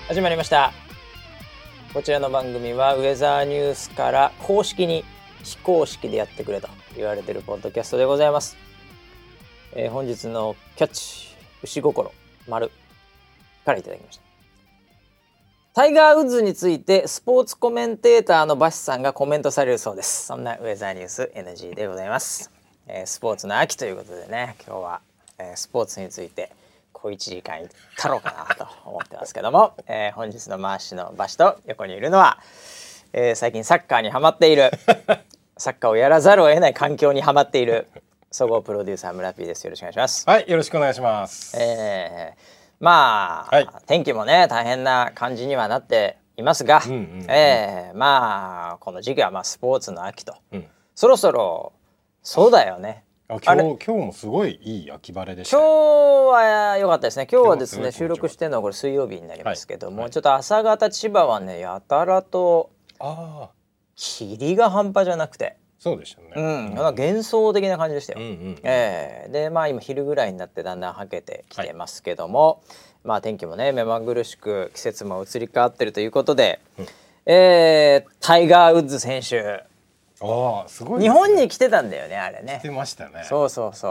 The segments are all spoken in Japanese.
始まりました。こちらの番組はウェザーニュースから公式に非公式でやってくれと言われているポッドキャストでございます。本日のキャッチ牛心丸からいただきました。タイガー・ウッズについてスポーツコメンテーターのバシさんがコメントされるそうです。そんなウェザーニュース NG でございます。スポーツの秋ということでね、今日は、スポーツについて小1時間いったろうかなと思ってますけども、本日の回しのバシと横にいるのは、最近サッカーにハマっているサッカーをやらざるを得ない環境にハマっている総合プロデューサー村 P です。よろしくお願いします。 はい、よろしくお願いします。 まあ、はい、天気もね大変な感じにはなっていますが、まあこの時期はまあスポーツの秋と、そろそろそうだよね。 今日もすごいいい秋晴れでした。 今日は良かったですね。今日はですね収録してるのはこれ水曜日になりますけども、ちょっと朝方千葉はねやたらと霧が半端じゃなくて、 そうでしたね。 幻想的な感じでしたよ。でまあ今昼ぐらいになってだんだんはけてきてますけども、まあ天気もね目まぐるしく季節も移り変わってるということで、タイガー・ウッズ選手、 すごい、 日本に来てたんだよね、あれね。 来てましたね。 そうそうそう。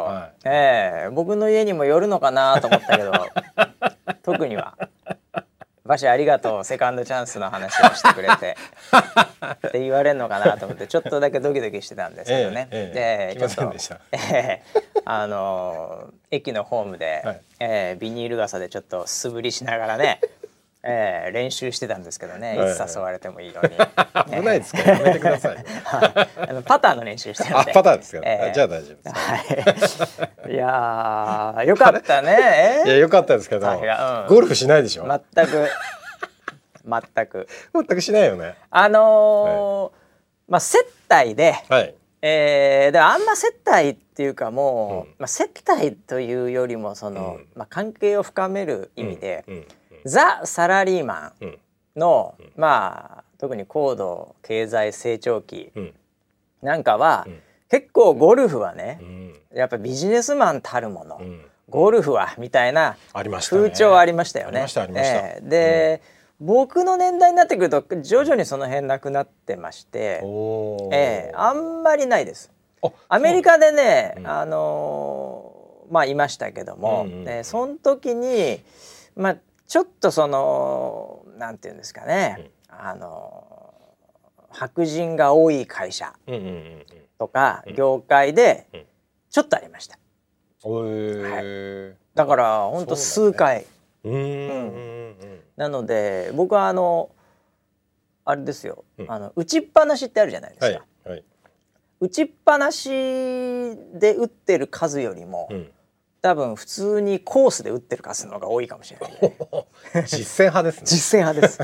僕の家にも寄るのかなと思ったけど特には。バシありがとう、セカンドチャンスの話をしてくれてって言われるのかなと思ってちょっとだけドキドキしてたんですけどね。でちょっと駅のホームで、ビニール傘でちょっと素振りしながらね、練習してたんですけどね、いつ誘われてもいいように。 危ないですからやめてください。 パターの練習してるんで。 パターですか。じゃあ大丈夫です。 いやーよかったね。 いやよかったですけど、ゴルフしないでしょ。 全くしないよね。 まあ接待で、であんま接待っていうかもう、接待というよりもその、関係を深める意味で、ザ・サラリーマンの、まあ特に高度経済成長期なんかは、結構ゴルフはね、やっぱビジネスマンたるもの、ゴルフはみたいな風潮ありましたよね。で、僕の年代になってくると徐々にその辺なくなってまして、あんまりないです。アメリカでね、まあいましたけども、その時にまあちょっとそのなんていうんですかね、白人が多い会社とか業界でちょっとありました。だから本当数回。なので僕はあれですよ、打ちっぱなしってあるじゃないですか。打ちっぱなしで打ってる数よりも、多分普通にコースで打ってる数の方が多いかもしれない、ね。 実践派ですね。 実践派です。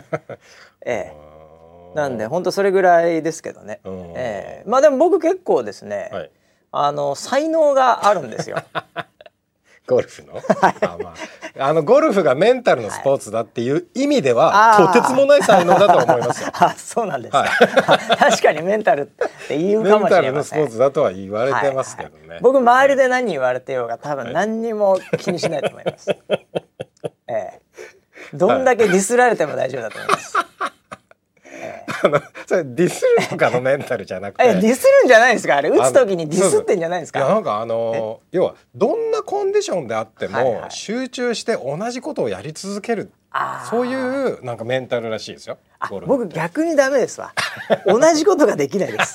なんで本当それぐらいですけどね。まあでも僕結構ですね、才能があるんですよ。 ゴルフの、ゴルフがメンタルのスポーツだっていう意味では、とてつもない才能だと思いますよ。 そうなんですか。確かにメンタルって言うかもしれません。メンタルのスポーツだとは言われてますけどね。 僕周りで何言われてようが多分何にも気にしないと思います。どんだけディスられても大丈夫だと思います。 それディスるとかのメンタルじゃなくて、 ディスるんじゃないですか。あれ打つ時にディスってんじゃないですか。 いやなんか要はどんなコンディションであっても集中して同じことをやり続ける、そういうなんかメンタルらしいですよ。 僕逆にダメですわ。同じことができないです。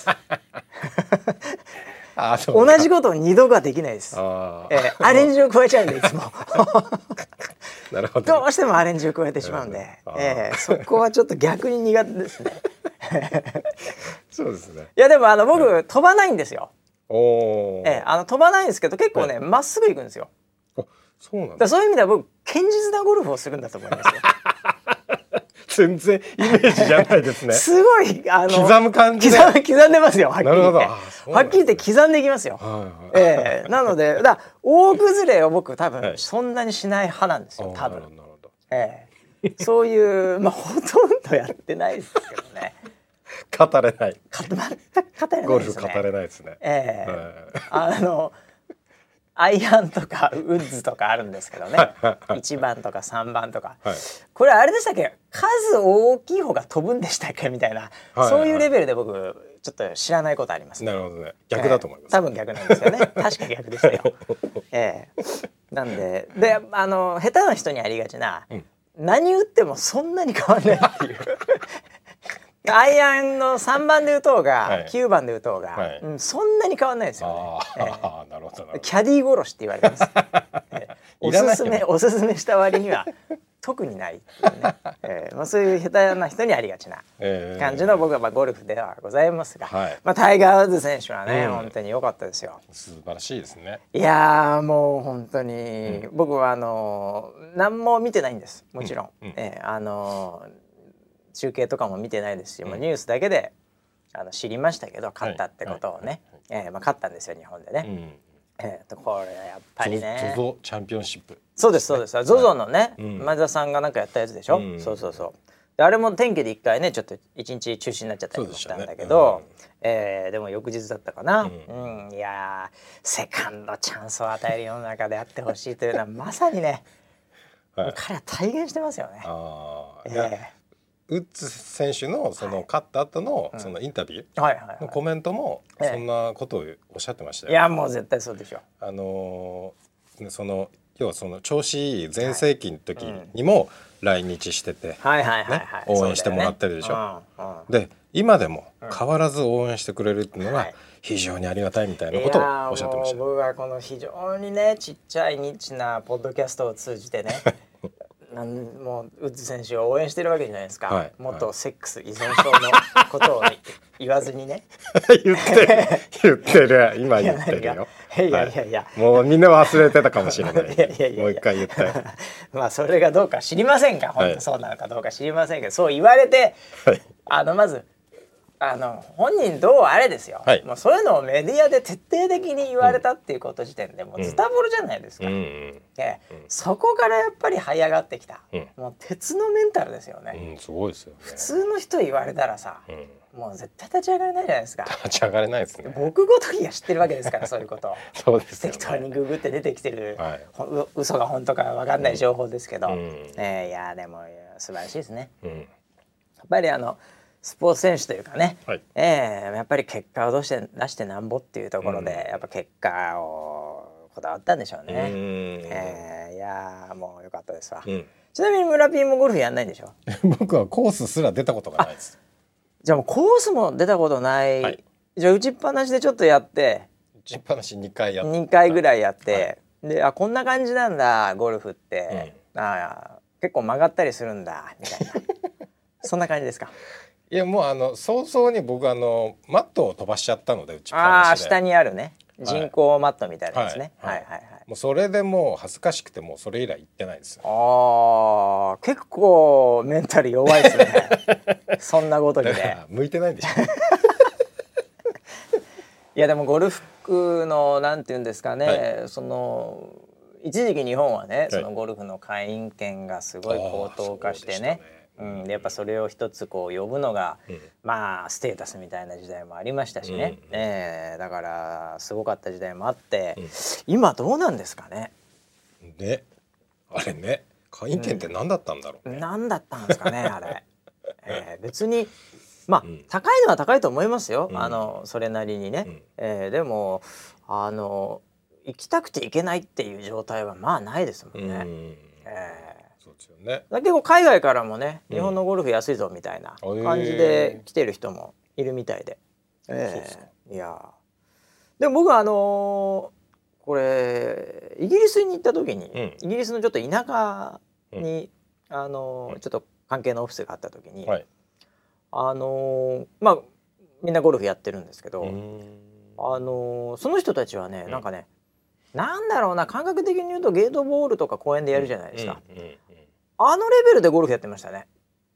同じことを2度ができないです。アレンジを加えちゃうんでいつも。 なるほど。 どうしてもアレンジを加えてしまうんで、そこはちょっと逆に苦手ですね。 そうですね。 いやでも僕飛ばないんですよ。飛ばないんですけど結構ねまっすぐ行くんですよ。 そうなんだ。 そういう意味では僕堅実なゴルフをするんだと思いますよ。 全然イメージじゃないですね。 すごい刻む感じで刻んでますよ。はっきり言って。 はっきり言って刻んでいきますよ。なので大崩れを僕多分そんなにしない派なんですよ。多分。そういうまあほとんどやってないですけどね。 語れない。 全く語れないですね。 ゴルフ語れないですね。 アイアンとかウッズとかあるんですけどね1番とか3番とか、 はい、 これあれでしたっけ、数大きい方が飛ぶんでしたっけみたいな、そういうレベルで僕ちょっと知らないことあります、 ね。なるほどね。逆だと思います。 多分逆なんですよね。確か逆でしたよ。なんで下手な人にありがちな、何打ってもそんなに変わんないっていうアイアンの3番で打とうが、9番で打とうが、そんなに変わんないですよね。 なるほど。 キャディー殺しって言われてます。おすすめした割には特にないっていうね。そういう下手な人にありがちな感じの僕はゴルフではございますが、タイガー・ウッズ選手はね、本当に良かったですよ。 素晴らしいですね。 いやもう本当に、僕は何も見てないんです、もちろん。中継とかも見てないですし、もうニュースだけで知りましたけど、勝ったってことをね、勝ったんですよ日本でね。これやっぱりね、 ZOZOチャンピオンシップ。 そうですそうです。ZOZOのね、前田さんがなんかやったやつでしょ。そうそうそう。であれも天気で一回ねちょっと一日中止になっちゃったりしたんだけど、でも翌日だったかな。いやセカンドチャンスを与える世の中であってほしいというのはまさにね、彼は体現してますよね。 ウッズ選手のその勝った後のそのインタビューのコメントもそんなことをおっしゃってましたよ。 いやもう絶対そうでしょ。 その要はその調子いい全盛期の時にも来日してて応援してもらってるでしょ。で今でも変わらず応援してくれるっていうのが非常にありがたいみたいなことをおっしゃってました。 僕はこの非常にねちっちゃいニッチなポッドキャストを通じてねもうウッズ選手を応援してるわけじゃないですか。もっとセックス依存症のことを言わずにね言ってる今言ってるよ。 いやもうみんな忘れてたかもしれない。もう一回言ってまあそれがどうか知りませんが、本当そうなのかどうか知りませんけど、そう言われてまず本人どうあれですよ、もうそういうのをメディアで徹底的に言われたっていうこと時点でもうズタボロじゃないですか。そこからやっぱり這い上がってきた、もう鉄のメンタルですよね。 すごいですよね。 普通の人言われたらさ、もう絶対立ち上がれないじゃないですか。 立ち上がれないですね。 僕ごときが知ってるわけですからそういうことそうですよね。 適当にググって出てきてる、嘘が本当か分かんない情報ですけど、いやでも素晴らしいですね。やっぱりスポーツ選手というかね、やっぱり結果を出してなんぼっていうところで、やっぱ結果をこだわったんでしょうね。いやもう良かったですわ。ちなみに村ピーもゴルフやんないんでしょ。 僕はコースすら出たことがないです。 じゃあもうコースも出たことない、じゃあ打ちっぱなしでちょっとやって、 打ちっぱなし2回やって、 2回ぐらいやって、でこんな感じなんだゴルフって、結構曲がったりするんだみたいなそんな感じですか。 いやもう早々に僕マットを飛ばしちゃったので、打ちっぱなしで下にあるね人工マットみたいなやつね。 もうそれでもう恥ずかしくてもうそれ以来行ってないですよ。 結構メンタル弱いですねそんなごとにね。 向いてないんでしょいやでもゴルフのなんていうんですかね、その一時期日本はね、そのゴルフの会員権がすごい高騰化してね、でやっぱそれを一つこう呼ぶのが、まあステータスみたいな時代もありましたしね、だからすごかった時代もあって、今どうなんですかね。 ね、あれね、会員権って何だったんだろうね。 何だったんですかねあれ。別にまあ、高いのは高いと思いますよ、それなりにね。でも行きたくて行けないっていう状態はまあないですもんね。 そうですよね。 だけど海外からもね、日本のゴルフ安いぞみたいな感じで来てる人もいるみたいで。いやでも僕はこれイギリスに行った時に、イギリスのちょっと田舎に、ちょっと関係のオフィスがあった時に、まあみんなゴルフやってるんですけど、その人たちはね、なんかね、なんだろうな、感覚的に言うとゲートボールとか公園でやるじゃないですか。あのレベルでゴルフやってましたね。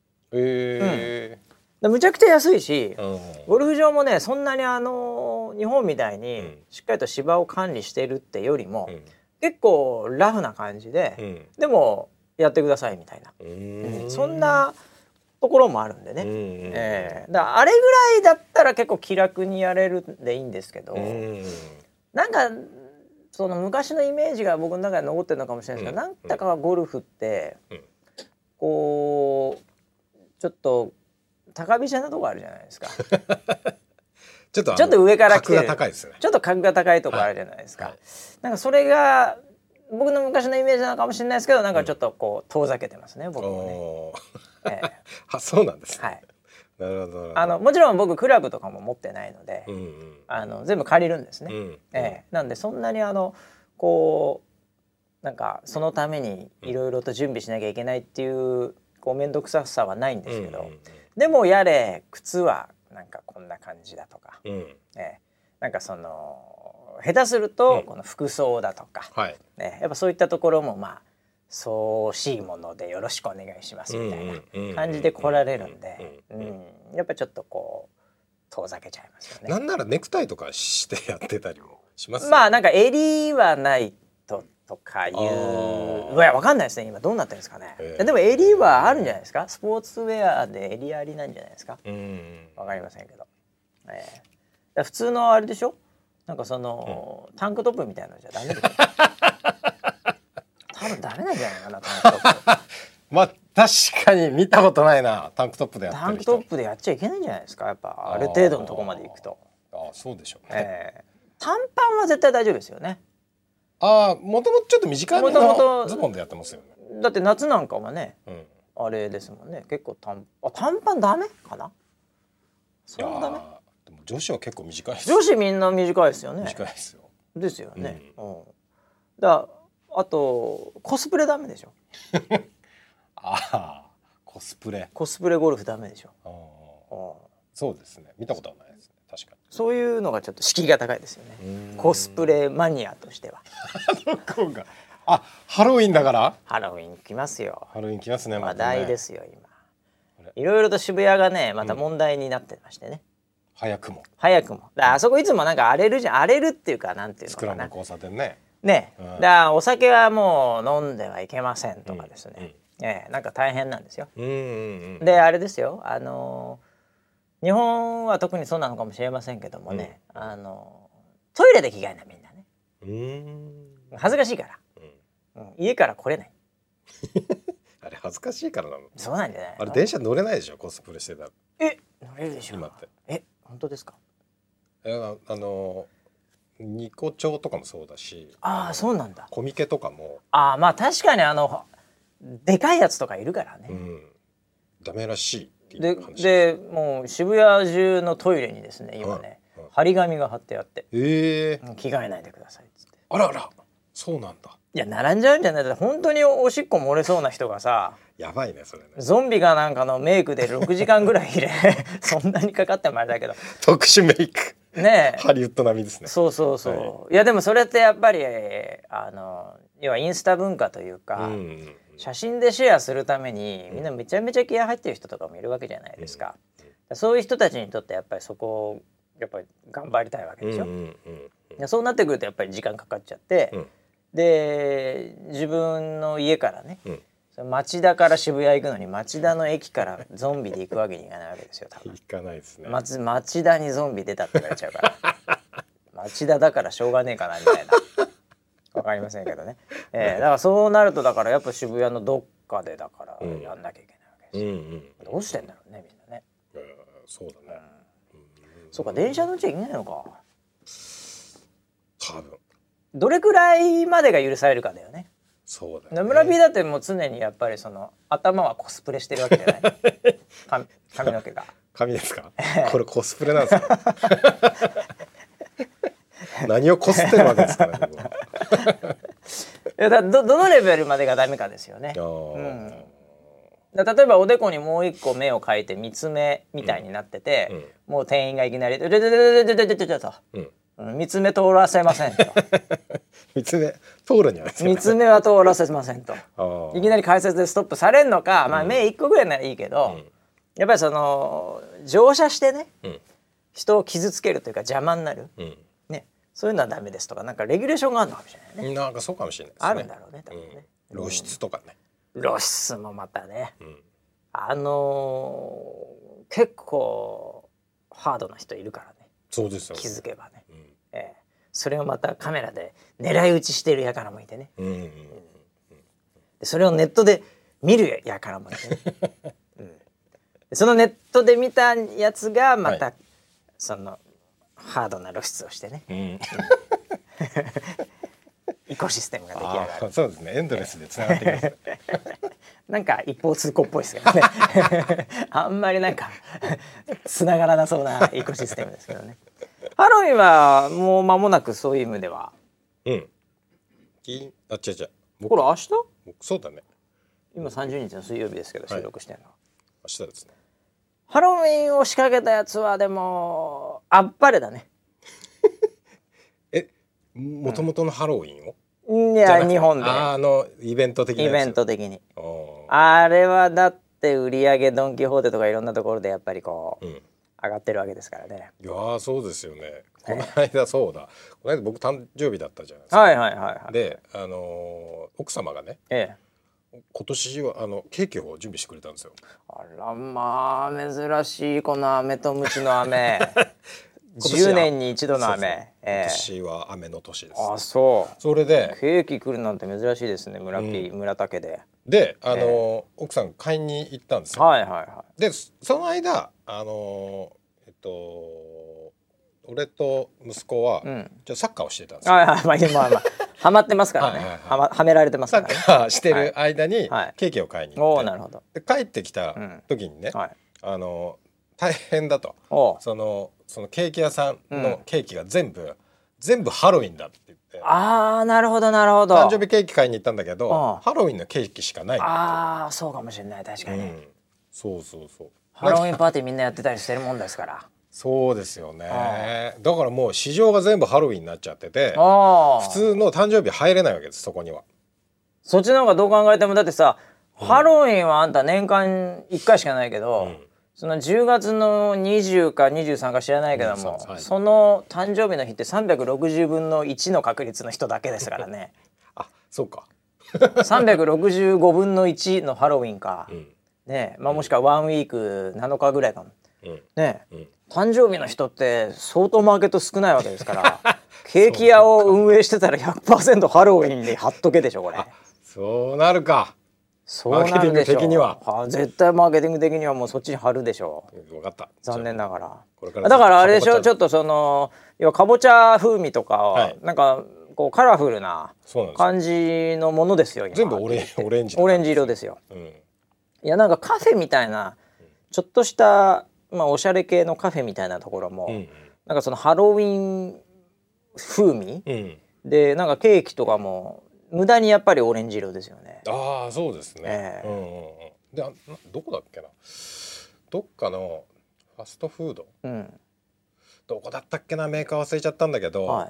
むちゃくちゃ安いし、ゴルフ場もねそんなに日本みたいにしっかりと芝を管理してるってよりも、結構ラフな感じで、でもやってくださいみたいな、そんなところもあるんでね。だからあれぐらいだったら結構気楽にやれるんでいいんですけど、なんかその昔のイメージが僕の中で残ってるのかもしれないですけど、なんだかゴルフって、こうちょっと高飛車なとこあるじゃないですか。ちょっと上から来てる、 格が高いですね。 ちょっと格が高いとこあるじゃないですか。なんかそれが僕の昔のイメージなのかもしれないですけど、なんかちょっとこう遠ざけてますね、僕もね。 あ、そうなんですね。 はい。 なるほど。 もちろん僕クラブとかも持ってないので、全部借りるんですね。なんでそんなにこうなんかそのためにいろいろと準備しなきゃいけないっていうこう面倒くささはないんですけど、でもやれ靴はなんかこんな感じだとか、なんかその下手するとこの服装だとか、やっぱそういったところもまあそうしいものでよろしくお願いしますみたいな感じで来られるんで、やっぱちょっとこう遠ざけちゃいますよね。 なんならネクタイとかしてやってたりもします、 まあなんか襟はないとかいうわかんないですね、今どうなってるんですかね。でも襟はあるんじゃないですか。スポーツウェアで襟ありなんじゃないですか。わかりませんけど、普通のあれでしょ、なんかその、タンクトップみたいなのじゃダメでしょ。多分ダメなんじゃないかな、タンクトップ。 まあ確かに見たことないな、タンクトップでやってる人。 タンクトップでやっちゃいけないんじゃないですか、やっぱある程度のとこまで行くと。 そうでしょうね。 短パンは絶対大丈夫ですよね。 もともとちょっと短めのズボンでやってますよね。 だって夏なんかはね、あれですもんね、結構短パンダメかな。そんなダメ。 でも女子は結構短いです。 女子みんな短いですよね。 短いですよ。 ですよね。あとコスプレダメでしょ。 コスプレゴルフダメでしょ。そうですね、見たことはないですね。確かにそういうのがちょっと敷居が高いですよね、コスプレマニアとしては。 ハロウィンだから。 ハロウィン来ますよ。 ハロウィン来ますね。 話題ですよ今。いろいろと渋谷がねまた問題になってましてね。 早くもあそこいつもなんか荒れるっていうか、なんていうのかな、 スクランブル交差点ね。 だからお酒はもう飲んではいけませんとかですね、なんか大変なんですよ。であれですよ、日本は特にそうなのかもしれませんけどもね、トイレで着替えないみんなね。恥ずかしいから、家から来れない。 あれ恥ずかしいからなの。 そうなんじゃないの。 あれ電車乗れないでしょ、コスプレしてたら。 乗れるでしょ今って。本当ですか。 ニコ町とかもそうだし、 そうなんだ。 コミケとかもまあ確かにでかいやつとかいるからね、 ダメらしいっていう話でもう渋谷中のトイレにですね今ね、張り紙が貼ってあって、着替えないでくださいっつって。 あらそうなんだ。 いや並んじゃうんじゃない。本当におしっこ漏れそうな人がさ、 やばいねそれね。ゾンビがなんかのメイクで6時間ぐらい入れそんなにかかってもあれだけど特殊メイクね、 ハリウッド並みですね。 そう、いやでもそれってやっぱり要はインスタ文化というか、写真でシェアするためにみんなめちゃめちゃ気合入ってる人とかもいるわけじゃないですか。そういう人たちにとってやっぱりそこをやっぱり頑張りたいわけでしょ。そうなってくるとやっぱり時間かかっちゃって、で自分の家からね、町田から渋谷行くのに町田の駅からゾンビで行くわけにいかないわけですよ。多分行かないですね。 町田にゾンビ出たって言われちゃうから町田だからしょうがねえかなみたいなわかりませんけどね、だからそうなるとだからやっぱ渋谷のどっかでだからやんなきゃいけないわけですよ。どうしてんだろうねみんなね。 そうだね。 そうか、電車乗っちゃいけないのか多分。 どれくらいまでが許されるかだよね。 そうだよね。 野村 P だってもう常にやっぱりその頭はコスプレしてるわけじゃない髪の毛が。 髪ですかこれコスプレなんですか何をこすってるわけですかねどのレベルまでがダメかですよね。例えばおでこにもう一個目を描いて三つ目みたいになってて、もう店員がいきなり「ちょと三つ目通らせません」と三つ目通るには三つ目は通らせませんといきなり解説でストップされんのか、まあ目一個ぐらいならいいけど、やっぱりその乗車してね、人を傷つけるというか邪魔になる、ね、そういうのはダメですとか、なんかレギュレーションがあるのかもしれないね。 なんかそうかもしれないですね。 あるんだろうね、多分ね。 露出とかね。 露出もまたね、結構ハードな人いるからね。 そうですよ。 気づけばね。 それをまたカメラで狙い撃ちしてる輩もいてね、でそれをネットで見る輩もいてね、そのネットで見たやつがまた、そのハードな露出をしてね、イコシステムが出来上がる。 そうですね、エンドレスでつながってきます、 なんか一方通行っぽいですけどねあんまりなんかつながらなそうなエコシステムですけどね。ハロウィンはもう間もなくそういう意味では、 違うこれ明日？ そうだね、 今30日の水曜日ですけど、収録してるのは明日ですね。 ハロウィンを仕掛けたやつはでもあっぱれだねもともとのハロウィンを、 いや日本でイベント的なやつ、 イベント的にあれはだって売り上げドン・キホーテとかいろんなところでやっぱりこう、上がってるわけですからね。 いやそうですよね。この間そうだ、この間僕誕生日だったじゃないですか。で奥様がね、今年はケーキを準備してくれたんですよ。 あらまあ珍しいこの飴とムチの飴10年に一度の飴。 今年は飴の年です。 あ、そう。 それでケーキ来るなんて珍しいですね、村竹で。 で奥さん買いに行ったんですよ。でその間俺と息子はサッカーをしてたんですよ。 はまってますからね。はめられてますからね。 サッカーしてる間にケーキを買いに行って、で帰ってきた時にね、大変だと、そのケーキ屋さんのケーキが全部ハロウィンだって言って、 なるほどなるほど。 誕生日ケーキ買いに行ったんだけど、ハロウィンのケーキしかないって。 そうかもしれない、確かに。 そうハロウィンパーティーみんなやってたりしてるもんですから。 そうですよね。だからもう市場が全部ハロウィンになっちゃってて、普通の誕生日入れないわけです、そこには。 そっちの方がどう考えても、だってさ、ハロウィンはあんた年間1回しかないけど、その10月の20か23か知らないけども、その誕生日の日って360分の1の確率の人だけですからね。 そうか。 365分の1のハロウィンか、もしくはワンウィーク7日ぐらいかも。誕生日の人って相当マーケット少ないわけですからケーキ屋を運営してたら 100% ハロウィンで貼っとけでしょこれ。 そうなるか。 そうなるでしょ。マーケティング的には絶対マーケティング的にはもうそっちに貼るでしょ。 分かった。 残念ながら。だからあれでしょ、ちょっとその要はかぼちゃ風味とかなんかこうカラフルな感じのものですよ。 全部オレンジ色ですよ。いやなんかカフェみたいなちょっとしたおしゃれ系のカフェみたいなところも、なんかそのハロウィン風味、でなんかケーキとかも無駄にやっぱりオレンジ色ですよね。 そうですね。でどこだっけな、どっかのファストフード、どこだったっけな、メーカー忘れちゃったんだけど、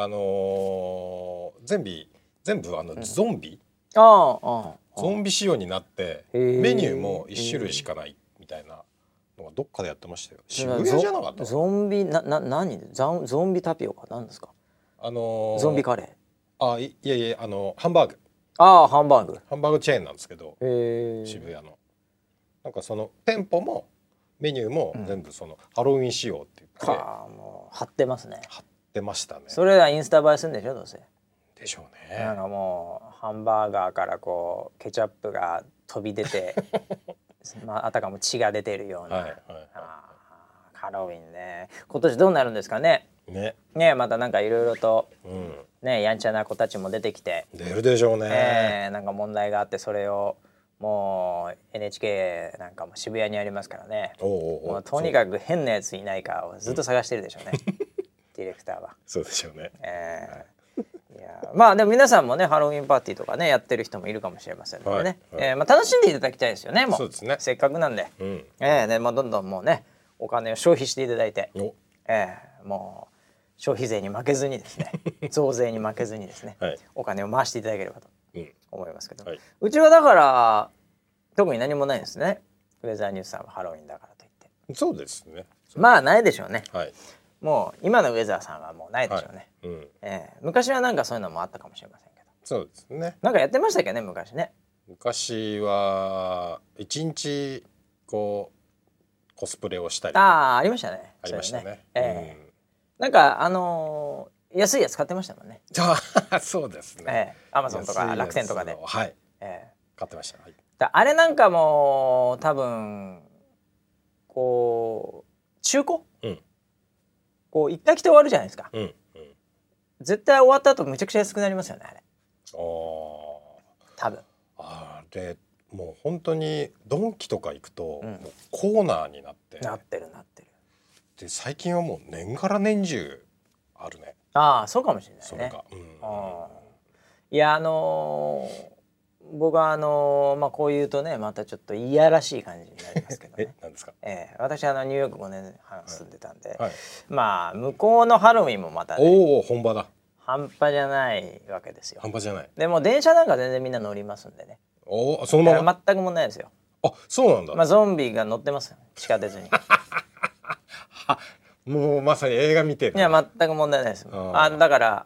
全部ゾンビ仕様になってメニューも1種類しかないみたいなのがどっかでやってましたよ。渋谷じゃなかった？ ゾンビ何ゾンビタピオカなんですか？ゾンビカレー。いやハンバーグ。 ハンバーグチェーンなんですけど、渋谷のなんかその店舗もメニューも全部そのハロウィン仕様って言って、 もう貼ってますね。 貼ってましたね。 それはインスタ映えするんでしょ、どうせ。 でしょうね。 なんかもうハンバーガーからこうケチャップが飛び出てあたかも血が出てるような。ハロウィンね、今年どうなるんですかね。またなんかいろいろとやんちゃな子たちも出てきて出るでしょうね。 なんか問題があって、それをもう NHK なんかも渋谷にありますからね、もうとにかく変なやついないかをずっと探してるでしょうね、ディレクターは。 そうでしょうね。 いやでも皆さんもねハロウィンパーティーとかねやってる人もいるかもしれませんのでね、楽しんでいただきたいですよね。もうせっかくなんで、どんどんもうねお金を消費していただいて、もう消費税に負けずにですね増税に負けずにですね、お金を回していただければと思いますけど、うちはだから特に何もないですね。ウェザーニュースさんはハロウィンだからといって。 そうですね。 ないでしょうね。もう今のウェザーさんはもうないでしょうね。昔はなんかそういうのもあったかもしれませんけど。 そうですね。 なんかやってましたっけね、昔ね。 昔は一日こうコスプレをしたり。 ありましたね。 ありましたね。 なんか安いやつ買ってましたもんね。 そうですね。 Amazon とか楽天とかで、 はい、買ってました。 あれなんかも多分こう中古、こう一回着て終わるじゃないですか。絶対終わった後めちゃくちゃ安くなりますよね、あれ。多分。 でもう本当にドンキとか行くと、もうコーナーになってる。 で最近はもう年がら年中あるね。 そうかもしれないね。それが、いや僕はこう言うとねまたちょっといやらしい感じになりますけどね。 何ですか？ 私ニューヨーク5年半住んでたんで、向こうのハロウィンもまたね、 本場だ。 半端じゃないわけですよ。 半端じゃない。 でも電車なんか全然みんな乗りますんでね。 そのまま全く問題ないですよ。 そうなんだ。 ゾンビが乗ってますよ、地下鉄に。 もうまさに映画見てる。 いや全く問題ないです。だから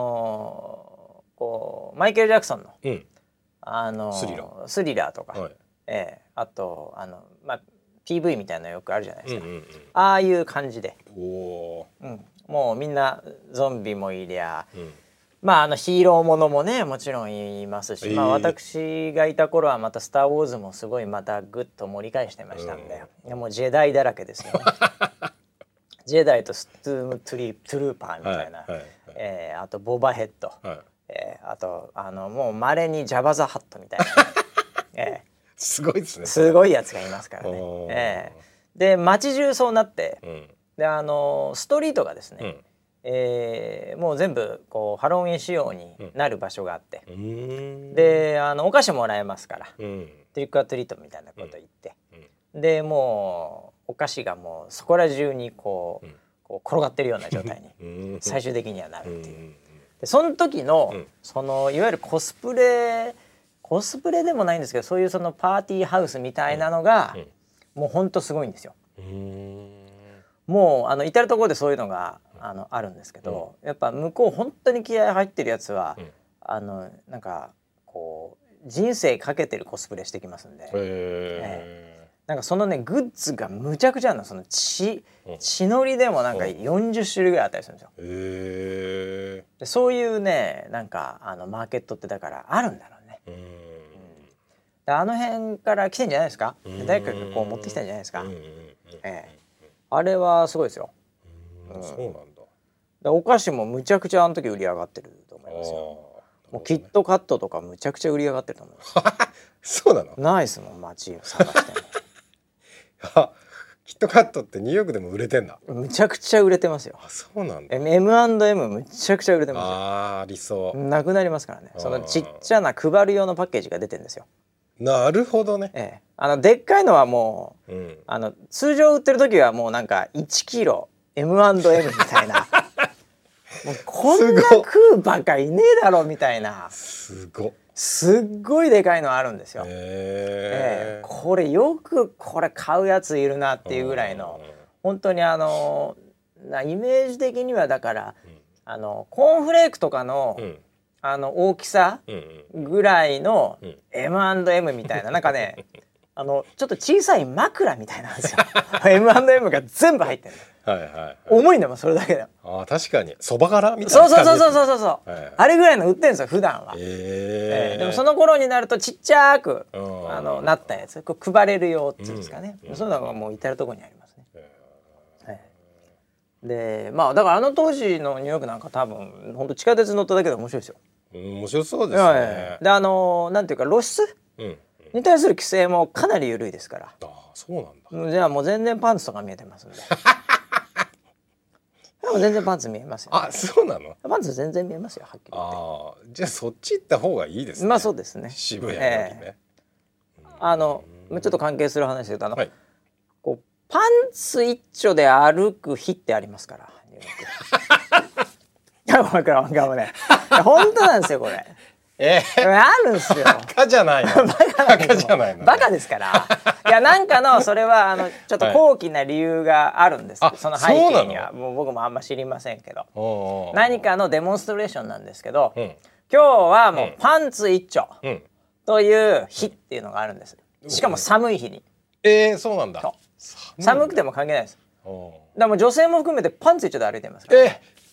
こうマイケル・ジャクソンの、スリラーとか、あとPV みたいなのよくあるじゃないですか。ああいう感じで、もうみんなゾンビもいりゃ、ヒーローものもねもちろんいますし、私がいた頃はまた「スター・ウォーズ」もすごいまたグッと盛り返してましたんで、もうジェダイだらけですよね。ジェダイとストゥルーパーみたいな、あとボバヘッド、あともうまれにジャバザハットみたいな、 すごいですね。 すごいやつがいますからね。で街中そうなって、でストリートがですね、もう全部こうハロウィン仕様になる場所があって、でお菓子もらえますから、トリックアトリートみたいなこと言って、でもうお菓子がもうそこら中にこう転がってるような状態に最終的にはなるっていう。でその時の、いわゆるコスプレでもないんですけど、そういうそのパーティーハウスみたいなのが、もうほんとすごいんですよ。もう至る所でそういうのがあるんですけど、やっぱ向こう本当に気合入ってるやつは、なんかこう人生かけてるコスプレしてきますんで、なんかそのねグッズがむちゃくちゃな、その血のりでもなんか40種類ぐらいあったりするんですよ。でそういうねなんかマーケットってだからあるんだろうね。であの辺から来てんじゃないですか。誰かがこう持ってきたんじゃないですか。あれはすごいですよ。 そうなんだ。 でお菓子もむちゃくちゃあの時売り上がってると思いますよ。もうキットカットとかむちゃくちゃ売り上がってると思います。 そうなの？ ないですもん街を探しても。 キットカットってニューヨークでも売れてんだ。 むちゃくちゃ売れてますよ。 そうなんだ。 M&M むちゃくちゃ売れてますよ。 ありそう。 なくなりますからね。そのちっちゃな配る用のパッケージが出てるんですよ。 なるほどね。 でっかいのはもう、通常売ってる時はもうなんか1キロ M&M みたいな。もうこんな食うバカいねえだろみたいな。すっごいでかいのあるんですよ。これよくこれ買うやついるなっていうぐらいの、本当にイメージ的にはだから、コーンフレークとかの、大きさぐらいの M&M みたいな、なんかねちょっと小さい枕みたいなんですよ。M&M が全部入ってるの。重いんだもんそれだけでも。 確かにそば殻みたいな感じ。 そう、あれぐらいの売ってるんですよ普段は。でもその頃になるとちっちゃくなったやつ、こう配れるよっていうんですかね。そういうのがもう至る所にありますね。でだから当時のニューヨークなんか多分本当地下鉄乗っただけで面白いですよ。 面白そうですね。 でなんていうか露出に対する規制もかなり緩いですから。 そうなんだ。 じゃあもう全然パンツとか見えてますんで。全然パンツ見えますよ。 そうなの？ パンツ全然見えますよはっきり言って。 じゃあそっち行った方がいいですね。 そうですね。 渋谷よりね。 ちょっと関係する話で言うとこうパンツ一丁で歩く日ってありますから。ごめんね。本当なんですよこれ。あるんですよ。 バカじゃないの。 バカですから。いやなんかのそれはちょっと高貴な理由があるんです。その背景にはもう僕もあんま知りませんけど、何かのデモンストレーションなんですけど、今日はもうパンツ一丁という日っていうのがあるんです。しかも寒い日に。 そうなんだ。 寒くても関係ないです。でも女性も含めてパンツ一丁で歩いてますから。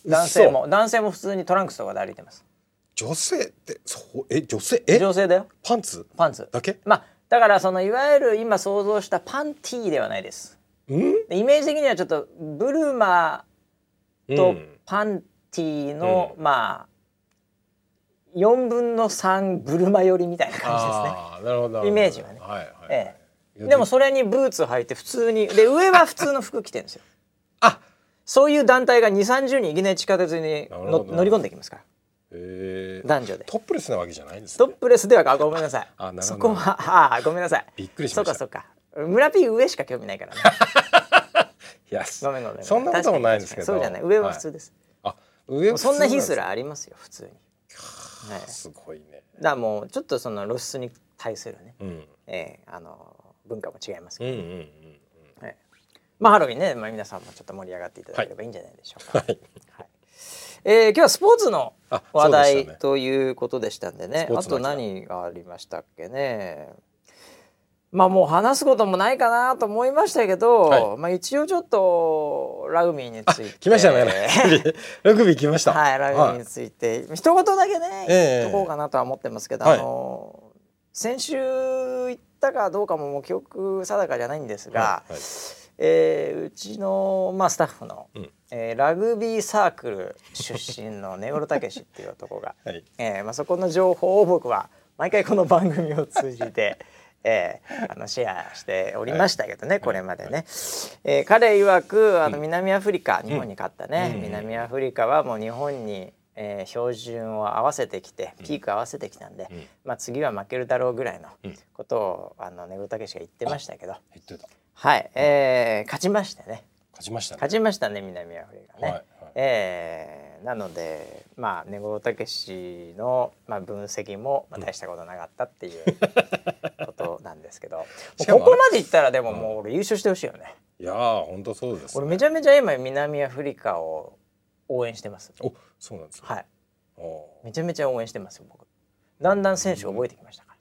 男性も普通にトランクスとかで歩いてます。 女性って女性だよ。 パンツだけ。 だからそのいわゆる今想像したパンティーではないです。イメージ的にはちょっとブルマとパンティーの、4分の3ブルマ寄りみたいな感じですね。 なるほど。 イメージはね。でもそれにブーツ履いて普通にで上は普通の服着てるんですよ。そういう団体が2、30人いきなり地下鉄に乗り込んできますから。男女で。 トップレスなわけじいんですね。 トップレスではごめんなさい。そこはごめんなさい。 びっくりしました。 そうか。村 P 上しか興味ないからね。 いや、ごめん。そんなこともないんですけど。 そうじゃない。上は普通です。上はそんな日すらありますよ普通に。 すごいね。 だからもうちょっとその露出に対するね、文化も違いますけど、ハロウィンね、皆さんもちょっと盛り上がっていただければいいんじゃないでしょうか。今日はスポーツの話題ということでしたんでね。あと何がありましたっけね。もう話すこともないかなと思いましたけど、一応ちょっとラグビーについて来ましたね。ラグビー来ました。 ラグビーについて一言だけね言っとこうかなとは思ってますけど、先週言ったかどうかも記憶定かじゃないんですが、うちのスタッフのラグビーサークル出身の根室武っていう男がそこの情報を僕は毎回この番組を通じてシェアしておりましたけどね、これまでね。彼曰く南アフリカ、日本に勝ったね、南アフリカはもう日本に標準を合わせてきてピーク合わせてきたんで、次は負けるだろうぐらいのことを根室武が言ってましたけど、勝ちましたね。勝ちましたね南アフリカね。なので根室武の分析も大したことなかったっていうことなんですけど、ここまでいったらでももう俺優勝してほしいよね。 いやー本当そうです。 俺めちゃめちゃ今南アフリカを応援してます。 そうなんですか。 めちゃめちゃ応援してますよ僕。だんだん選手覚えてきましたから。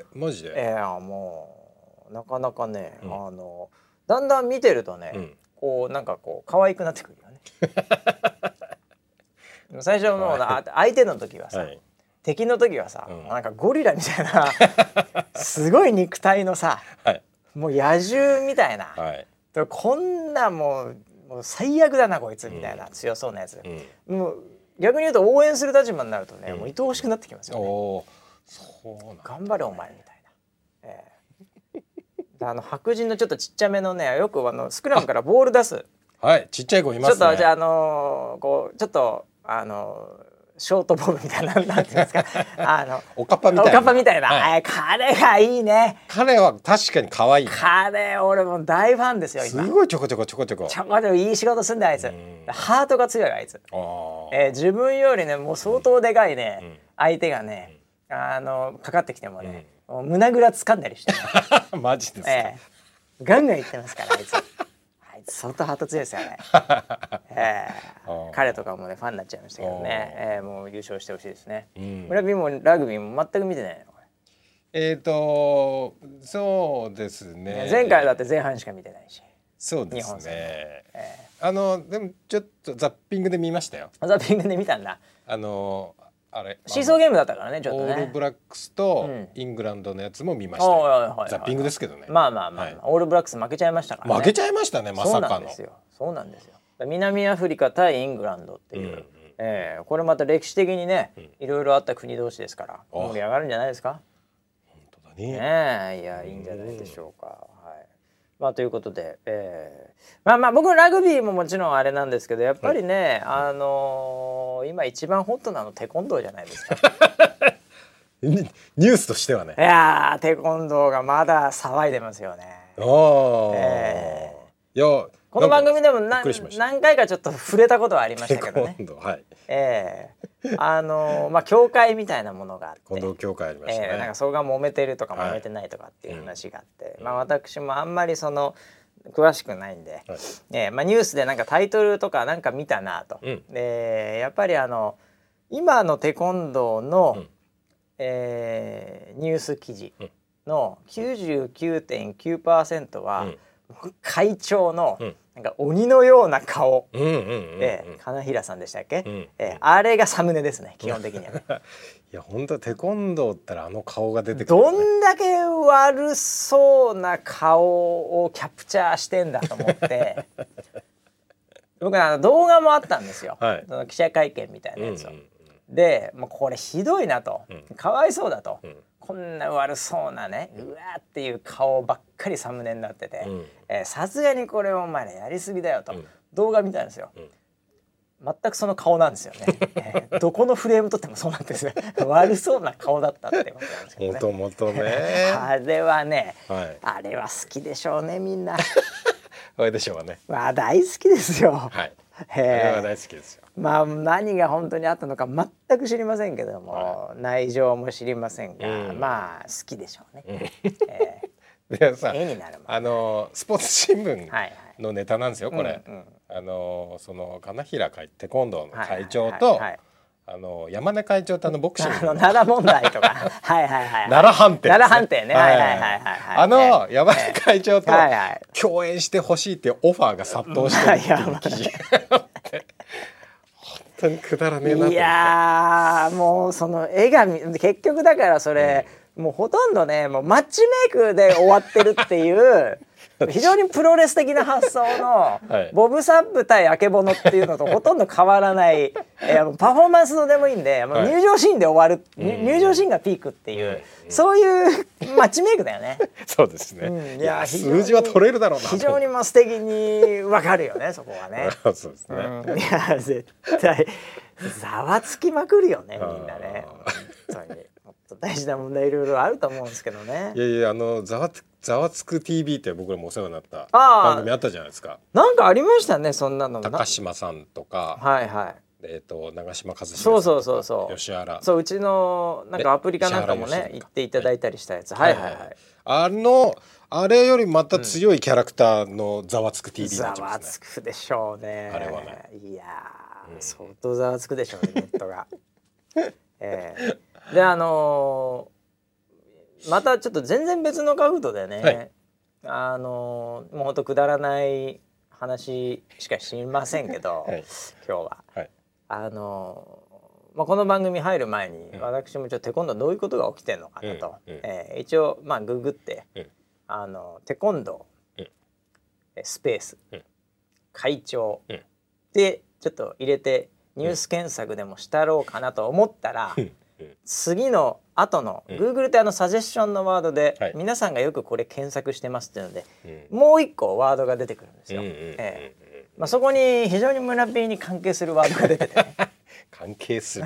マジで。 もうなかなかね、だんだん見てるとね、なんか可愛くなってくるよね。最初の相手の時はさ、敵の時はさ、なんかゴリラみたいなすごい肉体のさ、もう野獣みたいな、こんなもう最悪だなこいつみたいな強そうなやつ、もう逆に言うと応援する立場になるとね、もう愛おしくなってきますよね。頑張れお前みたいな。白人のちょっとちっちゃめのね、よくスクラムからボール出すちっちゃい子いますね。 ちょっとじゃあちょっとショートボブみたいな、なんていうんですか、 おかっぱみたいな、 彼がいいね。 彼は確かに可愛い。 俺も大ファンですよ今。 すごいちょこちょこいい仕事すんだあいつ。ハートが強いあいつ。自分よりねもう相当でかいね、相手がねかかってきてもね、胸ぐら掴んだりして、 マジですか。 ガンガンいってますからあいつ。相当ハート強いですよね。彼とかもねファンになっちゃいましたけどね、もう優勝してほしいですね。村上もラグビーも全く見てないの？そうですね。 前回だって前半しか見てないし。 そうですね。でもちょっとザッピングで見ましたよ。 ザッピングで見たんだ。 あれシーソーゲームだったからね、ちょっとね。 オールブラックスとイングランドのやつも見ましたよ。ザッピングですけどね。 オールブラックス負けちゃいましたからね。 負けちゃいましたね、まさかの。 そうなんですよ。南アフリカ対イングランドっていう、これまた歴史的にね、いろいろあった国同士ですから盛り上がるんじゃないですか。 本当だね。 いやいいんじゃないでしょうか。ということで、僕ラグビーももちろんあれなんですけど、やっぱりね、今一番ホットなのテコンドーじゃないですか。 ニュースとしてはね。 いやテコンドーがまだ騒いでますよね。 いやこの番組でも何回かちょっと触れたことはありましたけどね。教会みたいなものがあって、 近藤教会ありましたね。 なんかそれが揉めてるとか揉めてないとかっていう話があって、私もあんまり詳しくないんで、ニュースでなんかタイトルとかなんか見たなと。でやっぱり今のテコンドーの、ニュース記事の 99.9% は、会長のなんか鬼のような顔、金平さんでしたっけ、あれがサムネですね基本的にはね。 いや本当テコンドーったらあの顔が出てくる、 どんだけ悪そうな顔をキャプチャーしてんだと思って僕動画もあったんですよ、その記者会見みたいなやつを。でもうこれひどいなと、かわいそうだと、こんな悪そうなねうわーっていう顔ばっかりサムネになってて、さすがにこれお前ねやりすぎだよと、動画見たんですよ。全くその顔なんですよね。どこのフレーム撮ってもそうなんですよ。悪そうな顔だったってことなんですけどね。 もともとね。 あれはね、あれは好きでしょうねみんな。 あれでしょうね。 まあ大好きですよ。 はい。あれは大好きですよ。 まあ何が本当にあったのか全く知りませんけども、内情も知りませんが、まあ好きでしょうね。 でさ、 絵になるスポーツ新聞のネタなんですよこれ。その金平テコンドーの会長と山根会長ってボクシングの奈良問題とか奈良判定ね、 山根会長と共演してほしいっていうオファーが殺到してるっていう記事本当にくだらねえなと思って。 いやもうその絵が結局だからそれ、もうほとんどねもうマッチメイクで終わってるっていう非常にプロレス的な発想のボブサップ対あけぼのっていうのとほとんど変わらないパフォーマンスのでもいいんで入場シーンで終わる、入場シーンがピークっていう、そういうマッチメイクだよね。 そうですね、いや数字は取れるだろうな。 非常に素敵に分かるよねそこはね。 そうですね、 いや絶対ざわつきまくるよねみんなね本当に。大事な問題いろいろあると思うんですけどね。 いやいやざわつく TV って僕らもお世話になった番組あったじゃないですか。 なんかありましたねそんなの。 高島さんとか、長嶋一茂さんとか吉原、 うちのなんかアプリかなんかもね行っていただいたりしたやつ。 あれよりまた強いキャラクターのざわつく TV になっちゃいますね。 ざわつくでしょうねあれはね。 いや相当ざわつくでしょうねネットが。でまたちょっと全然別の角度でね、もうほんとくだらない話しか知りませんけど、今日は、この番組入る前に、私もちょっとテコンドーどういうことが起きてるのかなと、一応ググって、テコンドー、スペース、会長、でちょっと入れてニュース検索でもしたろうかなと思ったら、次の後の Google ってサジェッションのワードで、皆さんがよくこれ検索してますっていうので、もう一個ワードが出てくるんですよ。そこに非常に村 P に関係するワードが出ててね関係する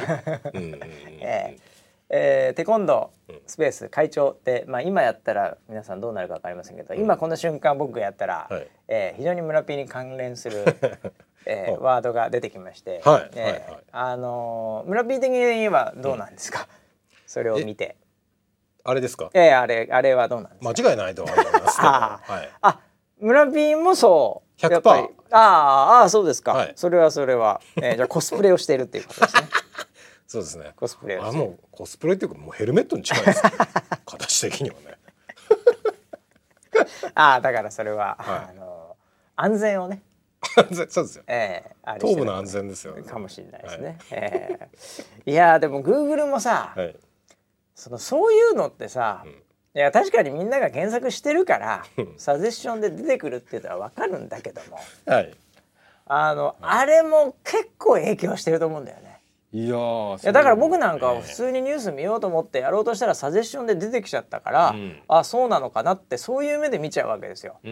テコンドースペース会長って、今やったら皆さんどうなるか分かりませんけど、今この瞬間僕がやったら、非常に村 P に関連するワードが出てきまして、村 P 的にはどうなんですか、それを見て。 あれですか？ あれはどうなんですか？ 間違いないと思いますけど。 村 P もそう 100%。 そうですか。それはじゃあコスプレをしているっていうことですね。 そうですね。 コスプレをもうコスプレっていうかもうヘルメットに近いです。形的にはね。 だからそれは安全をね。 そうですよ。頭部の安全ですよね。 かもしれないですね。いやでも Google もさ、そういうのってさ、いや確かにみんなが検索してるからサジェッションで出てくるっていうのは分かるんだけども、あれも結構影響してると思うんだよね。いやだから僕なんかは普通にニュース見ようと思ってやろうとしたらサジェッションで出てきちゃったから、そうなのかなってそういう目で見ちゃうわけですよ。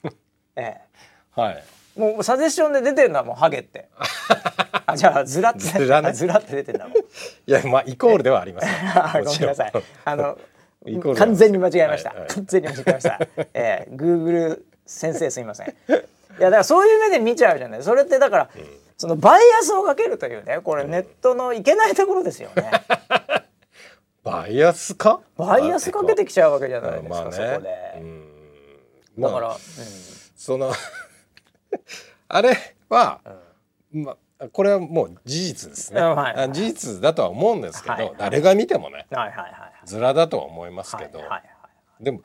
もうサジェッションで出てるのはもうハゲってじゃあずらって出てるんだもん。いやイコールではありません。 ごめんなさい。完全に間違えました。完全に間違えました。Google 先生すみません。いやだからそういう目で見ちゃうじゃない。それってだからそのバイアスをかけるというね、これネットのいけないところですよね。 バイアスかけてきちゃうわけじゃないですか、そこで。だからそのあれはこれはもう事実ですね。事実だとは思うんですけど、誰が見てもねずらだとは思いますけど、でも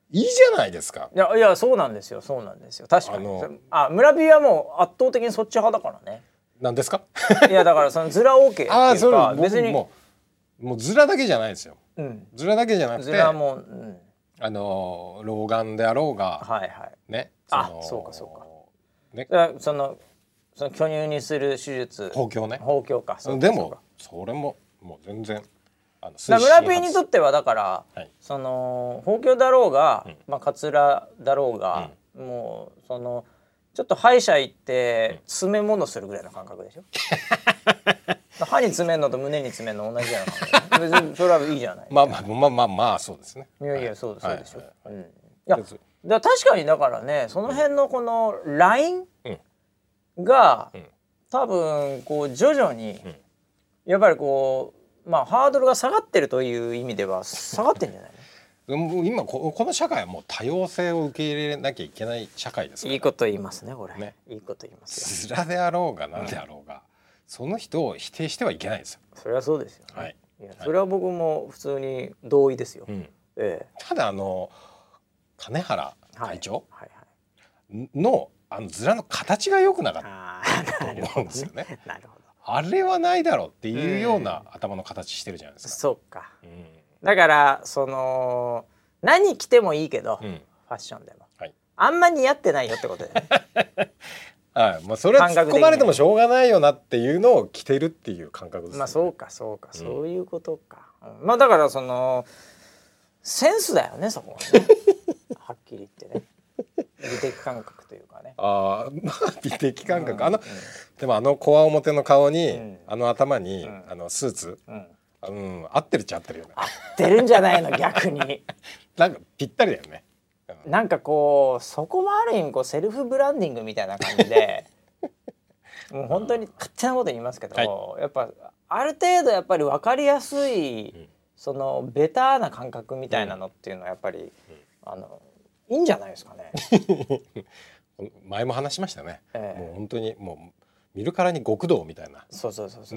いいじゃないですか。 いやそうなんですよ確かに。村 P はもう圧倒的にそっち派だからね。 なんですか？ いやだからそのズラ OK っていうか別にもうズラだけじゃないですよ。ズラだけじゃなくてズラも、 老眼であろうが、ね。 そうかね。その巨乳にする手術。 包協ね。 包協か。 でもそれももう全然村 P にとってはだから、その包協だろうが、カツラだろうが、もうそのちょっと歯医者行って詰め物するぐらいの感覚でしょ。歯に詰めるのと胸に詰めるの同じじゃない。別にそれはいいじゃない。 まあそうですね。 いやそうでしょ。いや確かにだからね、その辺のこのラインが多分こう徐々にやっぱりこうハードルが下がってるという意味では下がってんじゃないの？今この社会はもう多様性を受け入れなきゃいけない社会ですから。 いいこと言いますねこれ。いいこと言いますよ。ズラであろうが何であろうが、その人を否定してはいけないですよ。 それはそうですよね。それは僕も普通に同意ですよ。 ただ金原会長のズラの形が良くなかったと思うんですよね。 なるほど。 あれはないだろうっていうような頭の形してるじゃないですか。 そうか。だからその何着てもいいけど、ファッションでも、あんま似合ってないよってことでね。 それは突っ込まれてもしょうがないよなっていうのを着てるっていう感覚ですね。 そうかそういうことか。だからそのセンスだよねそこはね。はっきり言ってね。美的感覚というかね。 美的感覚。でもこわ表の顔に、頭に、スーツ、合ってるっちゃ合ってるよね。 合ってるんじゃないの逆に。 なんかぴったりだよね。 なんかこうそこもある意味こうセルフブランディングみたいな感じでもう本当に勝手なこと言いますけど、やっぱある程度やっぱり分かりやすい、そのベターな感覚みたいなのっていうのはやっぱり、いいんじゃないですかね。 前も話しましたね。もう本当にもう見るからに極道みたいな。そう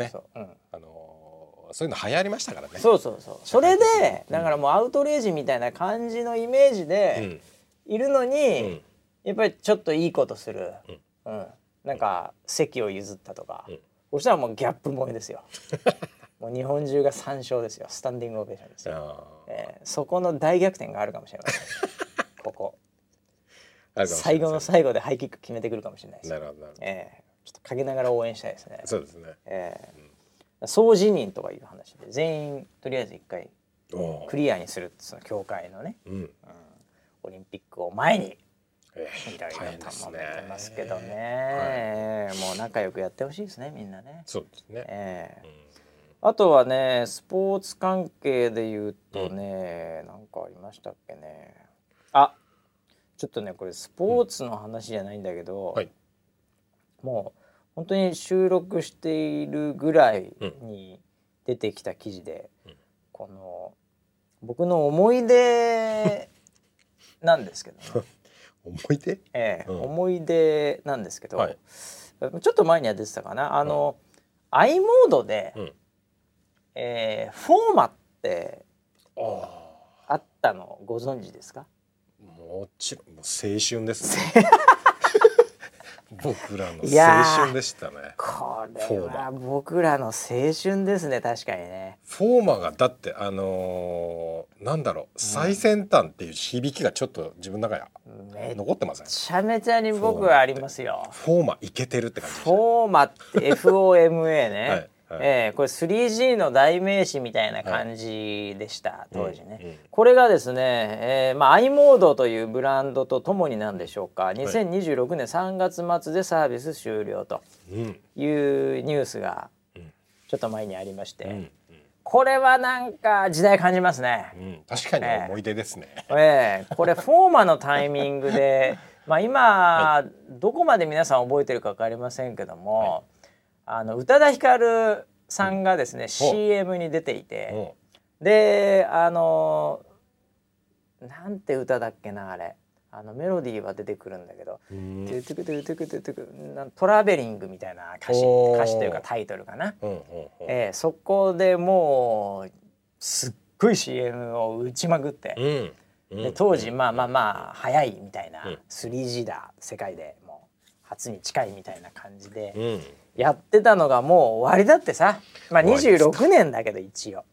いうの流行りましたからね。 それでだからもうアウトレイジみたいな感じのイメージでいるのに、やっぱりちょっといいことする、なんか席を譲ったとか、そしたらもうギャップ萌えですよ。もう日本中が参照ですよ。スタンディングオベーションですよ。そこの大逆転があるかもしれません。ここ最後の最後でハイキック決めてくるかもしれないです。ちょっと陰ながら応援したいですね。 そうですね。 総辞任とかいう話で全員とりあえず一回クリアにするその協会のね、オリンピックを前にいろいろ頼めてますけどね。もう仲良くやってほしいですねみんなね。 そうですね。 あとはねスポーツ関係で言うとね、なんかありましたっけね。ちょっとねこれスポーツの話じゃないんだけど、もう本当に収録しているぐらいに出てきた記事で、この僕の思い出なんですけど、ね、 思い出？ 思い出なんですけど、ちょっと前には出てたかな。i モードで、フォーマってあったのご存知ですか？ もちろんもう青春ですね。僕らの青春でしたね。 これは僕らの青春ですね。確かにね。 フォーマがだってなんだろう、最先端っていう響きがちょっと自分の中に残ってません？ めちゃめちゃに僕はありますよ。 フォーマイケてるって感じでした。 フォーマって FOMA ね。これ 3G の代名詞みたいな感じでした、当時ね。これがですね、i モードというブランドとともになんでしょうか、2026年3月末でサービス終了というニュースがちょっと前にありまして、これはなんか時代感じますね。 確かに思い出ですね。 これフォーマのタイミングで今、どこまで皆さん覚えてるか分かりませんけども、宇多田ヒカルさんがですね、CM に出ていて、でなんて歌だっけな、あれメロディーは出てくるんだけど、トラベリングみたいな歌詞というかタイトルかな。そこでもうすっごい CM を打ちまくって、 で当時まあ早いみたいな、3G だ世界でもう初に近いみたいな感じでやってたのがもう終わりだってさ。まあ26年だけど一応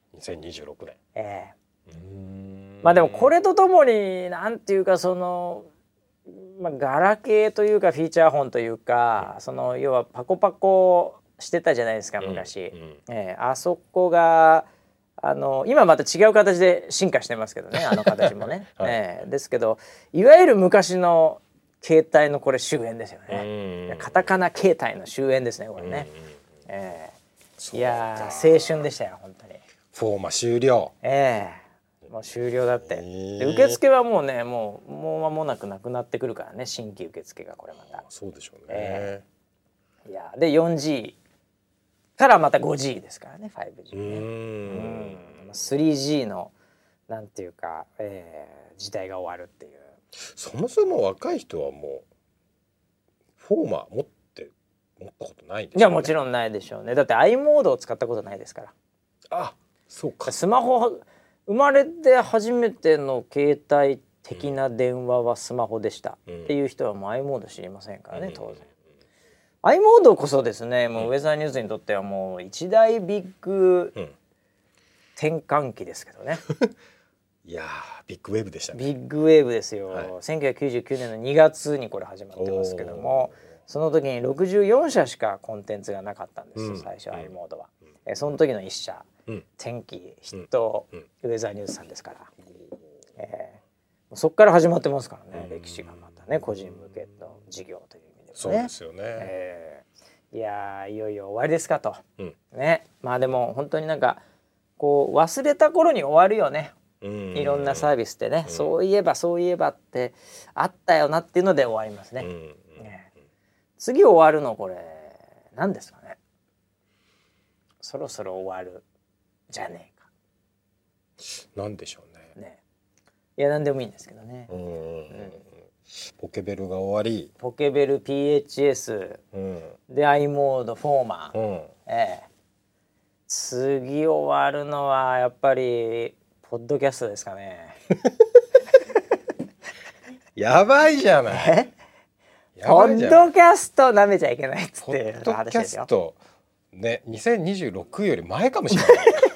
2026年。 まあでもこれとともになんていうかその、ガラケーというかフィーチャーフォンというか、その要はパコパコしてたじゃないですか昔。あそこが今また違う形で進化してますけどね、あの形もね。ですけどいわゆる昔の携帯のこれ終焉ですよね。カタカナ携帯の終焉ですねこれね。いや青春でしたよ本当に。 フォーマ終了。 もう終了だって。で受付はもうねもう間もなくなくなってくるからね、新規受付がこれまた。 そうでしょうね。 いやで 4G からまた 5G ですからね 5G ね。3G のなんていうか、時代が終わるっていう。 そもそも若い人はもうフォーマ持ったことないでしょうね。 いやもちろんないでしょうね。だって i モードを使ったことないですから。 あ、そうか。 スマホ生まれて初めての携帯的な電話はスマホでしたっていう人はもう i モード知りませんからね当然。i モードこそですねもうウェザーニューズにとってはもう一大ビッグ転換期ですけどね。 いやビッグウェーブでしたね。 ビッグウェーブですよ。1999年の2月にこれ始まってますけども、その時に64社しかコンテンツがなかったんですよ最初 i モードは。その時の1社天気筆頭ウェザーニューズさんですから、そっから始まってますからね歴史がまたね個人向けの事業という意味でもね。 そうですよね。 いやいよいよ終わりですかと、ね。まあでも本当になんかこう忘れた頃に終わるよね。いろんなサービスでね、そういえばってあったよなっていうので終わりますね。次終わるのこれ何ですかね。そろそろ終わるじゃねえか。 なんでしょうね。いや何でもいいんですけどね。 ポケベルが終わり、 ポケベル PHS、で i モードフォーマー、次終わるのはやっぱりポッドキャストですかね。 やばいじゃない。 ポッドキャスト舐めちゃいけないっつってポッドキャストね、2026より前かもしれない。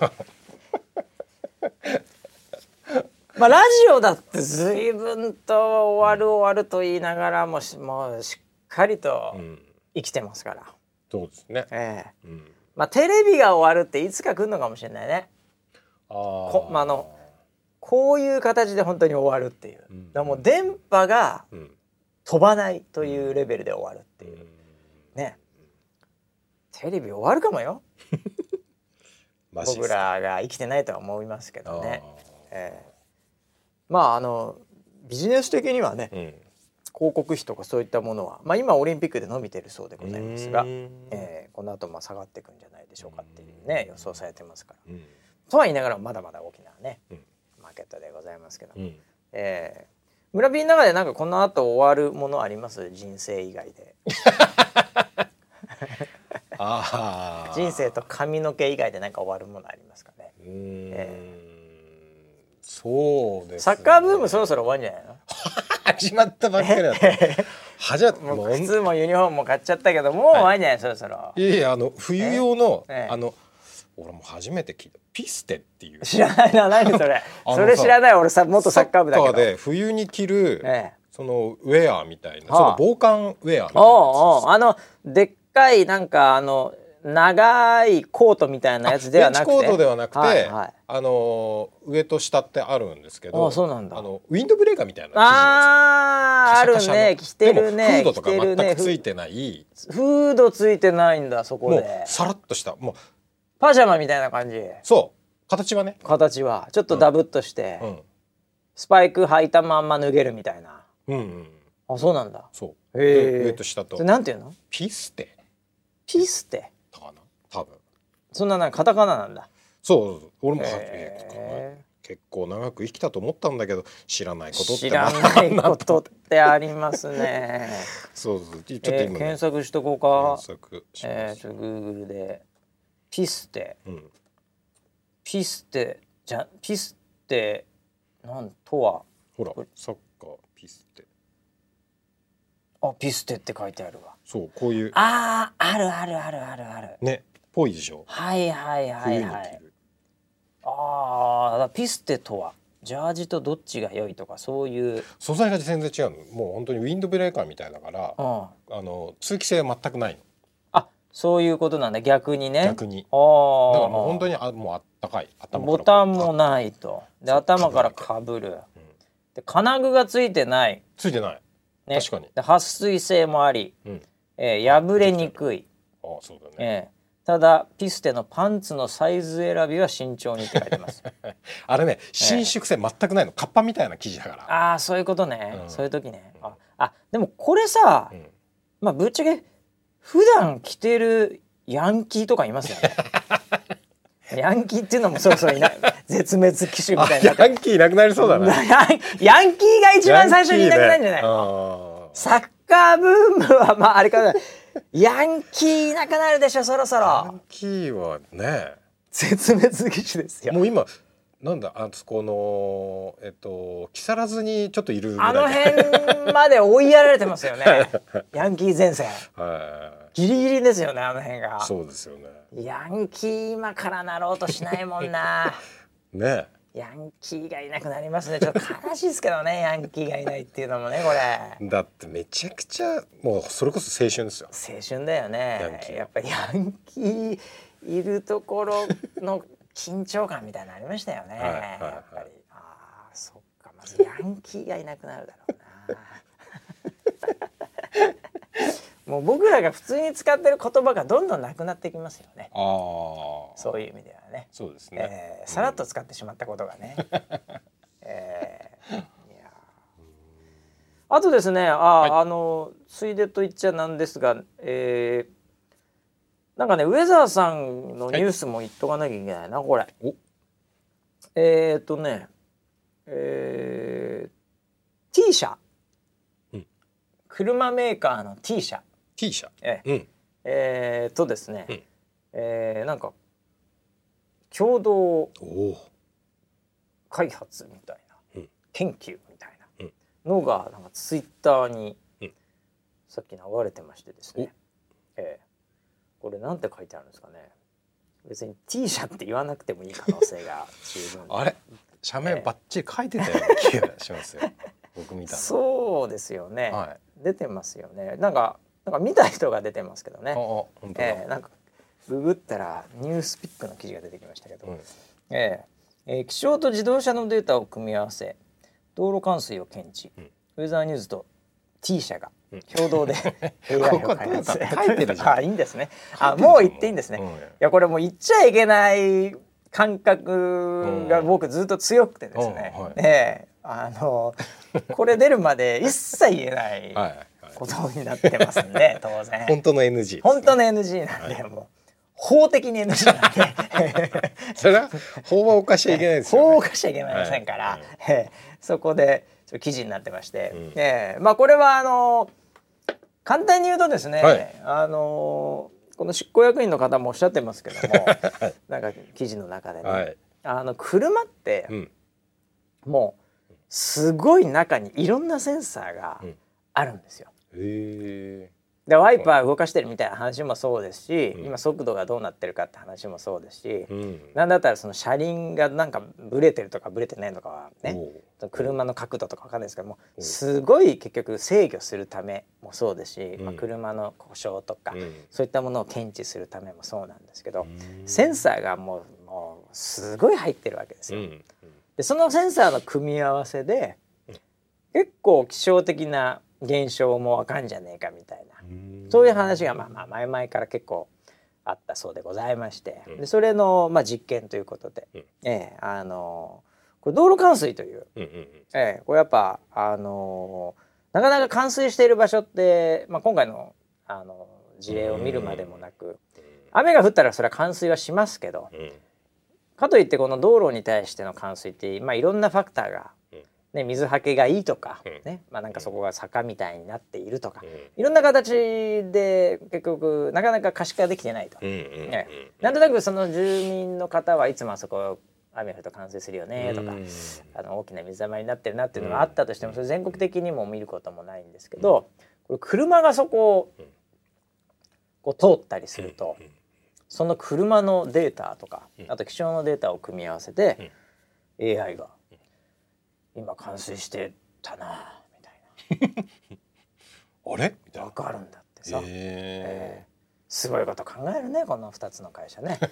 まあラジオだって随分と終わると言いながらもうしっかりと生きてますから。 そうですね。 まあテレビが終わるっていつか来るのかもしれないね。こういう形で本当に終わるっていう。だからもう電波が飛ばないというレベルで終わるっていうね。テレビ終わるかもよ。僕らが生きてないとは思いますけどね。まあビジネス的にはね、広告費とかそういったものは、まあ、今オリンピックで伸びてるそうでございますが、この後下がっていくんじゃないでしょうかっていうね予想されてますから、とは言いながらまだまだ大きなね、マーケットでございますけど、村Pの中でなんかこの後終わるものあります？人生以外で。人生と髪の毛以外で何か終わるものありますかね。 そうですね。 サッカーブームそろそろ終わるんじゃないの？ 始まったばっかりだった。 もう靴もユニフォームも買っちゃったけどもう終わるんじゃない、そろそろ。 いや冬用の俺も初めて聞いたピステっていう。 知らないな、何それ。それ知らない。俺元サッカー部だけど。 サッカーで冬に着るそのウェアみたいな、その防寒ウェアみたいなやつ。 でっかいなんか長いコートみたいなやつではなくて、 ベンチコートではなくて、上と下ってあるんですけど、 そうなんだ。 ウィンドブレーカーみたいな生地のやつ。あるね、着てるね。 フードとか全くついてない。 フードついてないんだそこで。 もうさらっとしたもうパジャマみたいな感じ。 そう形はね。 形はちょっとダブっとして、スパイク履いたまんま脱げるみたいな。あ、そうなんだ。 そう。上と下と。 なんていうの？ ピステ。 ピステ。 かな。多分。 そんなカタカナなんだ。 そう。俺も結構長く生きたと思ったんだけど知らないことってありますね。 そうちょっと今検索しとこうか。 検索します。 Google でピステ。ピステなんとはほらサッカーピステ、 ピステって書いてあるわ。 そうこういうあるね、ぽいでしょ。 はいピステとはジャージとどっちが良いとかそういう素材が全然違うの。もう本当にウィンドブレーカーみたいだから、通気性は全くないの。 そういうことなんだ。逆にね。 逆にだからもう本当にもうあったかい。 ボタンもないと。で頭からかぶる。で金具がついてない。 ついてない、ね、確かに。 で撥水性もあり、破れにくい。 そうだね。 ただピステのパンツのサイズ選びは慎重にって書いてますあれね、伸縮性全くないの。カッパみたいな生地だから。 そういうことね、そういう時ね。でもこれさ、まあぶっちゃけ普段着てるヤンキーとかいますよねヤンキーっていうのもそろそろいない絶滅危惧みたいな。 ヤンキーいなくなりそうだなヤンキーが一番最初にいなくなるんじゃないの。サッカーブームはまああれかな。ヤンキーいなくなるでしょそろそろ。 ヤンキーはね絶滅危惧ですよ。 もう今なんだそこの木更津にちょっといるぐらい。 あの辺まで追いやられてますよねヤンキー前線。ギリギリですよねあの辺が。 そうですよね。 ヤンキー今からなろうとしないもんなね。 ヤンキーがいなくなりますね。ちょっと悲しいですけどねヤンキーがいないっていうのもねこれ。 だってめちゃくちゃもうそれこそ青春ですよ。 青春だよね。やっぱりヤンキーいるところの緊張感みたいなのありましたよね。やっぱりそっか、まずヤンキーがいなくなるだろうなもう僕らが普通に使ってる言葉がどんどんなくなってきますよね。そういう意味ではね。 そうですね、 さらっと使ってしまったことがねあとですねついでと言っちゃなんですが、なんかねウェザーさんのニュースも言っとかなきゃいけないな、これ。T 社、車メーカーの T 社とですね、なんか共同開発みたいな、研究みたいなのがなんかツイッターにさっき流れてましてですね、これなんて書いてあるんですかね。別に T 社って言わなくてもいい可能性が十分あれ社名バッチリ書いてたような気がしますよ僕見たの。そうですよね、出てますよね。なんか見た人が出てますけどね。なんかググったらニュースピックの記事が出てきましたけど、気象と自動車のデータを組み合わせ道路冠水を検知、ウェザーニューズと T 社が共同で AI を開発書いてるじゃん。 いいんですね。もう言っていいんですね。いやこれもう言っちゃいけない感覚が僕ずっと強くてですね、これ出るまで一切言えないことになってますんで当然本当の NG 本当の NG なんで、もう法的に NG なんでそれは法は犯しちゃいけないですよね。 法を犯しちゃいけませんから、そこで記事になってまして、まあこれは簡単に言うとですね、この執行役員の方もおっしゃってますけどもなんか記事の中でね、車って、もうすごい中にいろんなセンサーがあるんですよ。でワイパー動かしてるみたいな話もそうですし、今速度がどうなってるかって話もそうですし、なんだったらその車輪がなんかブレてるとかブレてないのかはね、車の角度とかわかんないですけども、すごい結局制御するためもそうですし、車の故障とか、そういったものを検知するためもそうなんですけど、センサーがもうすごい入ってるわけですよ。でそのセンサーの組み合わせで結構気象的な現象もわかんじゃねえかみたいな、そういう話が前々から結構あったそうでございまして、でそれの実験ということで、これ道路冠水という、これやっぱなかなか冠水している場所って、今回の事例を見るまでもなく、雨が降ったらそれは冠水はしますけど、かといってこの道路に対しての冠水っていろんなファクターが水はけがいいとか、なんかそこが坂みたいになっているとか、いろんな形で結局なかなか可視化できてないと。なんとなくその住民の方はいつもあそこ雨降ると冠水するよねとか、大きな水たまりになってるなっていうのがあったとしても、それ全国的にも見ることもないんですけど、これ車がそこをこう通ったりすると、その車のデータとか、あと気象のデータを組み合わせて、AI が今冠水してたなみたいなあれみたいな分かるんだってさ、すごいこと考えるね、この2つの会社ね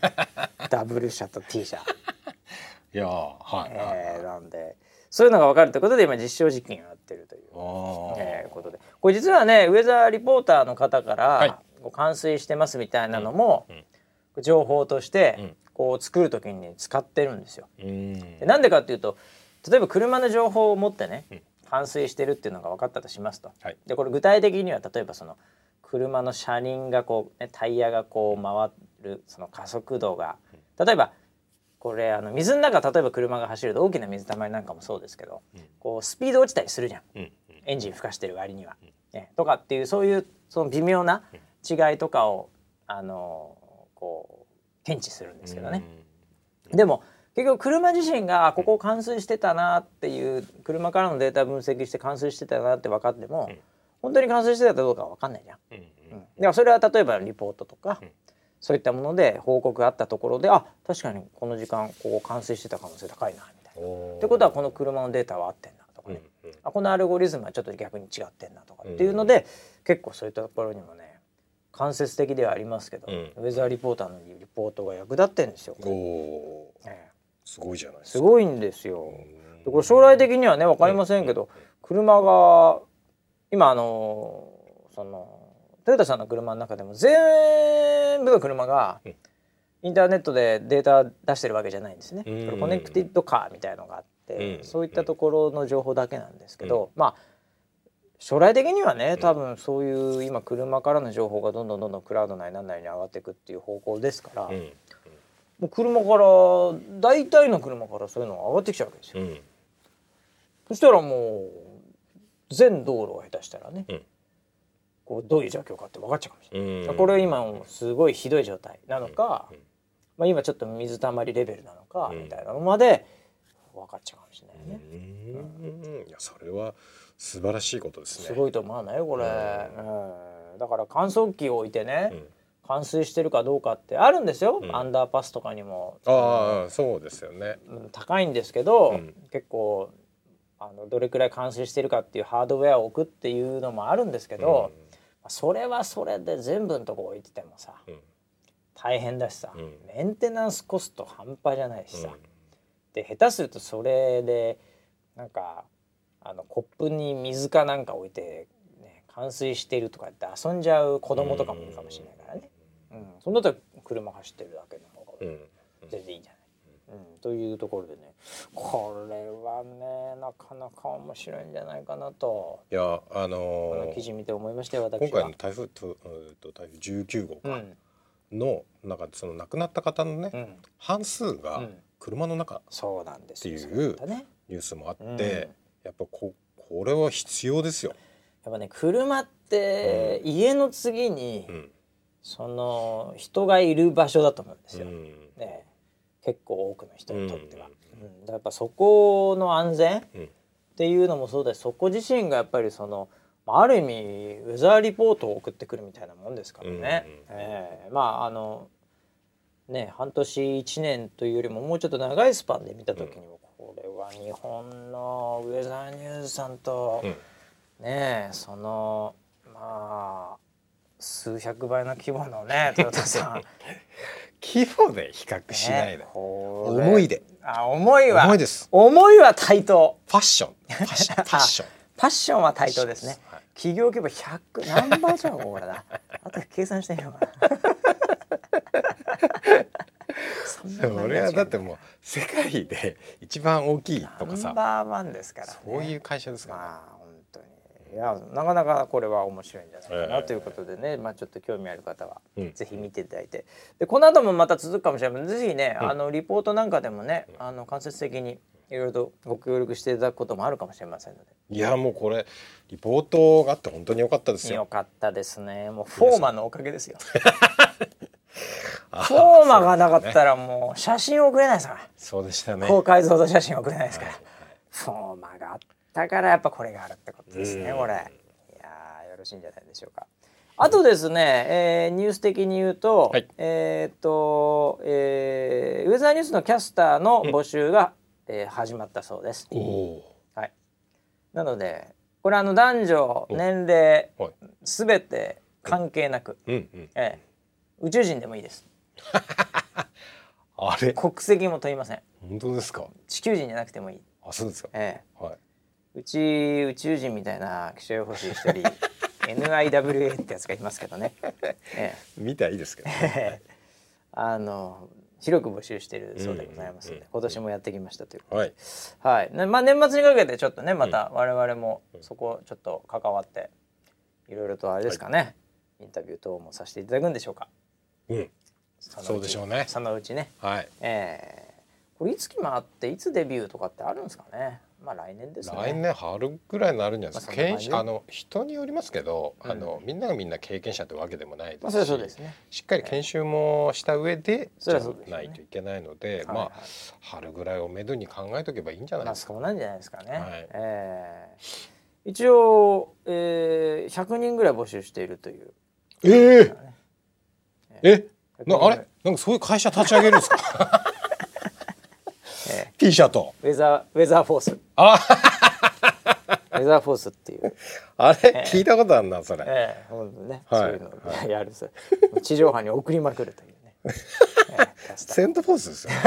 W 社と T 社。 いやはいなんでそういうのが分かるということで今実証実験をやってるという、ことで、これ実はねウェザーリポーターの方から、冠水してますみたいなのも、情報としてこう作る時に使ってるんですよ。でなんでかっていうと、例えば車の情報を持ってね、冠水してるっていうのが分かったとしますと、でこれ具体的には例えばその車の車輪がこう、ね、タイヤがこう回るその加速度が、例えばこれ水の中、例えば車が走ると大きな水たまりなんかもそうですけど、こうスピード落ちたりするじゃん、エンジン吹かしてる割には、とかっていうそういうその微妙な違いとかをこう検知するんですけどね。でも結局車自身がここ冠水してたなっていう車からのデータ分析して冠水してたなって分かっても、本当に冠水してたかどうかは分かんないじゃん。だからそれは例えばリポートとか、そういったもので報告があったところで、あ、確かにこの時間ここ冠水してた可能性高いなみたいな。ってことはこの車のデータは合ってんなとかね、このアルゴリズムはちょっと逆に違ってんなとかっていうので、結構そういったところにもね間接的ではありますけど、ウェザーリポーターのリポートが役立ってんですよ。 すごいじゃないですか。 すごいんですよ。でこれ将来的にはね分かりませんけど、車が今そのトヨタさんの車の中でも全部の車がインターネットでデータ出してるわけじゃないんですね。これコネクティッドカーみたいのがあって、そういったところの情報だけなんですけど、まあ将来的にはね多分そういう今車からの情報がどんどんクラウド内何々に上がっていくっていう方向ですから、もう車から大体の車からそういうのが上がってきちゃうわけですよ。そしたらもう全道路を下手したらね、こうどういう状況かって分かっちゃうかもしれない。これ今すごいひどい状態なのか、まあ、今ちょっと水たまりレベルなのかみたいなのまで分かっちゃうかもしれないね。 いやそれは素晴らしいことですね。 すごいと思わないこれ。だから乾燥機を置いてね、冠水してるかどうかってあるんですよ、アンダーパスとかにも。 そうですよね。 高いんですけど、結構どれくらい冠水してるかっていうハードウェアを置くっていうのもあるんですけど、それはそれで全部のとこ置いててもさ、大変だしさ、メンテナンスコスト半端じゃないしさ、で下手するとそれでなんかコップに水かなんか置いて、ね、冠水してるとかって遊んじゃう子供とかもいるかもしれないからね、そんなと車走ってるだけの方が全然いいんじゃない、というところでね、これはねなかなか面白いんじゃないかなと、 いやこの記事見て思いましたよ。私は今回の台風19号かのなんかその亡くなった方のね、半数が車の中っていうニュースもあって、やっぱこれは必要ですよ。 やっぱね車って家の次にその人がいる場所だと思うんですよ、結構多くの人にとっては。やっぱそこの安全っていうのもそうだし、そこ自身がやっぱりそのある意味ウェザーリポートを送ってくるみたいなもんですからね。まあね半年1年というよりももうちょっと長いスパンで見た時にも、これは日本のウェザーニューズさんとねそのまあ数百倍の規模のねトヨタさん規模で比較しないで、思いで。 思いは対等。 ファッションは対等ですね。企業規模100何倍じゃんこれだ。あと計算してみようかな。 俺はだってもう世界で一番大きいとかさ、 ナンバーワンですからね。 そういう会社ですから、 本当にいやなかなかこれは面白いんじゃないかなということでね、ちょっと興味ある方はぜひ見ていただいて、でこの後もまた続くかもしれないので、ぜひねリポートなんかでもね間接的にいろいろとご協力していただくこともあるかもしれませんので。 いやもうこれリポートがあって本当に良かったですよ。 良かったですね。もうフォーマンのおかげですよフォーマがなかったらもう写真送れないですから。 そうでしたね。 高解像度写真送れないですから、フォーマがあったからやっぱこれがあるってことですね。これいやよろしいんじゃないでしょうか。あとですね、ニュース的に言うと、ウェザーニュースのキャスターの募集が、始まったそうです。はい、なのでこれ男女年齢すべて関係なく、宇宙人でもいいです。 あれ国籍も問いません。 本当ですか。 地球人じゃなくてもいい。 あ、そうですか。 はい、宇宙人みたいな気象予報士一人NIWA ってやつがいますけどね、 見たらいいですけど、ね、 広く募集しているそうでございますので、今年もやってきましたということで、はい、まあ年末にかけてちょっとねまた我々もそこちょっと関わっていろいろとあれですかね、インタビュー等もさせていただくんでしょうか。 そうでしょうね。 そのうちね。 はい。 これいつ決まっていつデビューとかってあるんですかね。まあ来年ですね。 来年春ぐらいになるんじゃないですか。人によりますけど、みんながみんな経験者ってわけでもないですし、 そうですね。 しっかり研修もした上でじゃないといけないので、まあ春ぐらいをめどに考えとけばいいんじゃないですか。 そうなんじゃないですかね。一応100人ぐらい募集しているという。 あれなんかそういう会社立ち上げるんですか。T シャツウェザーフォース。ウェザーフォースっていうあれ、聞いたことあるなそれ。 本当ね、そういうのをやる地上波に送りまくるというね。 セントフォースですよ。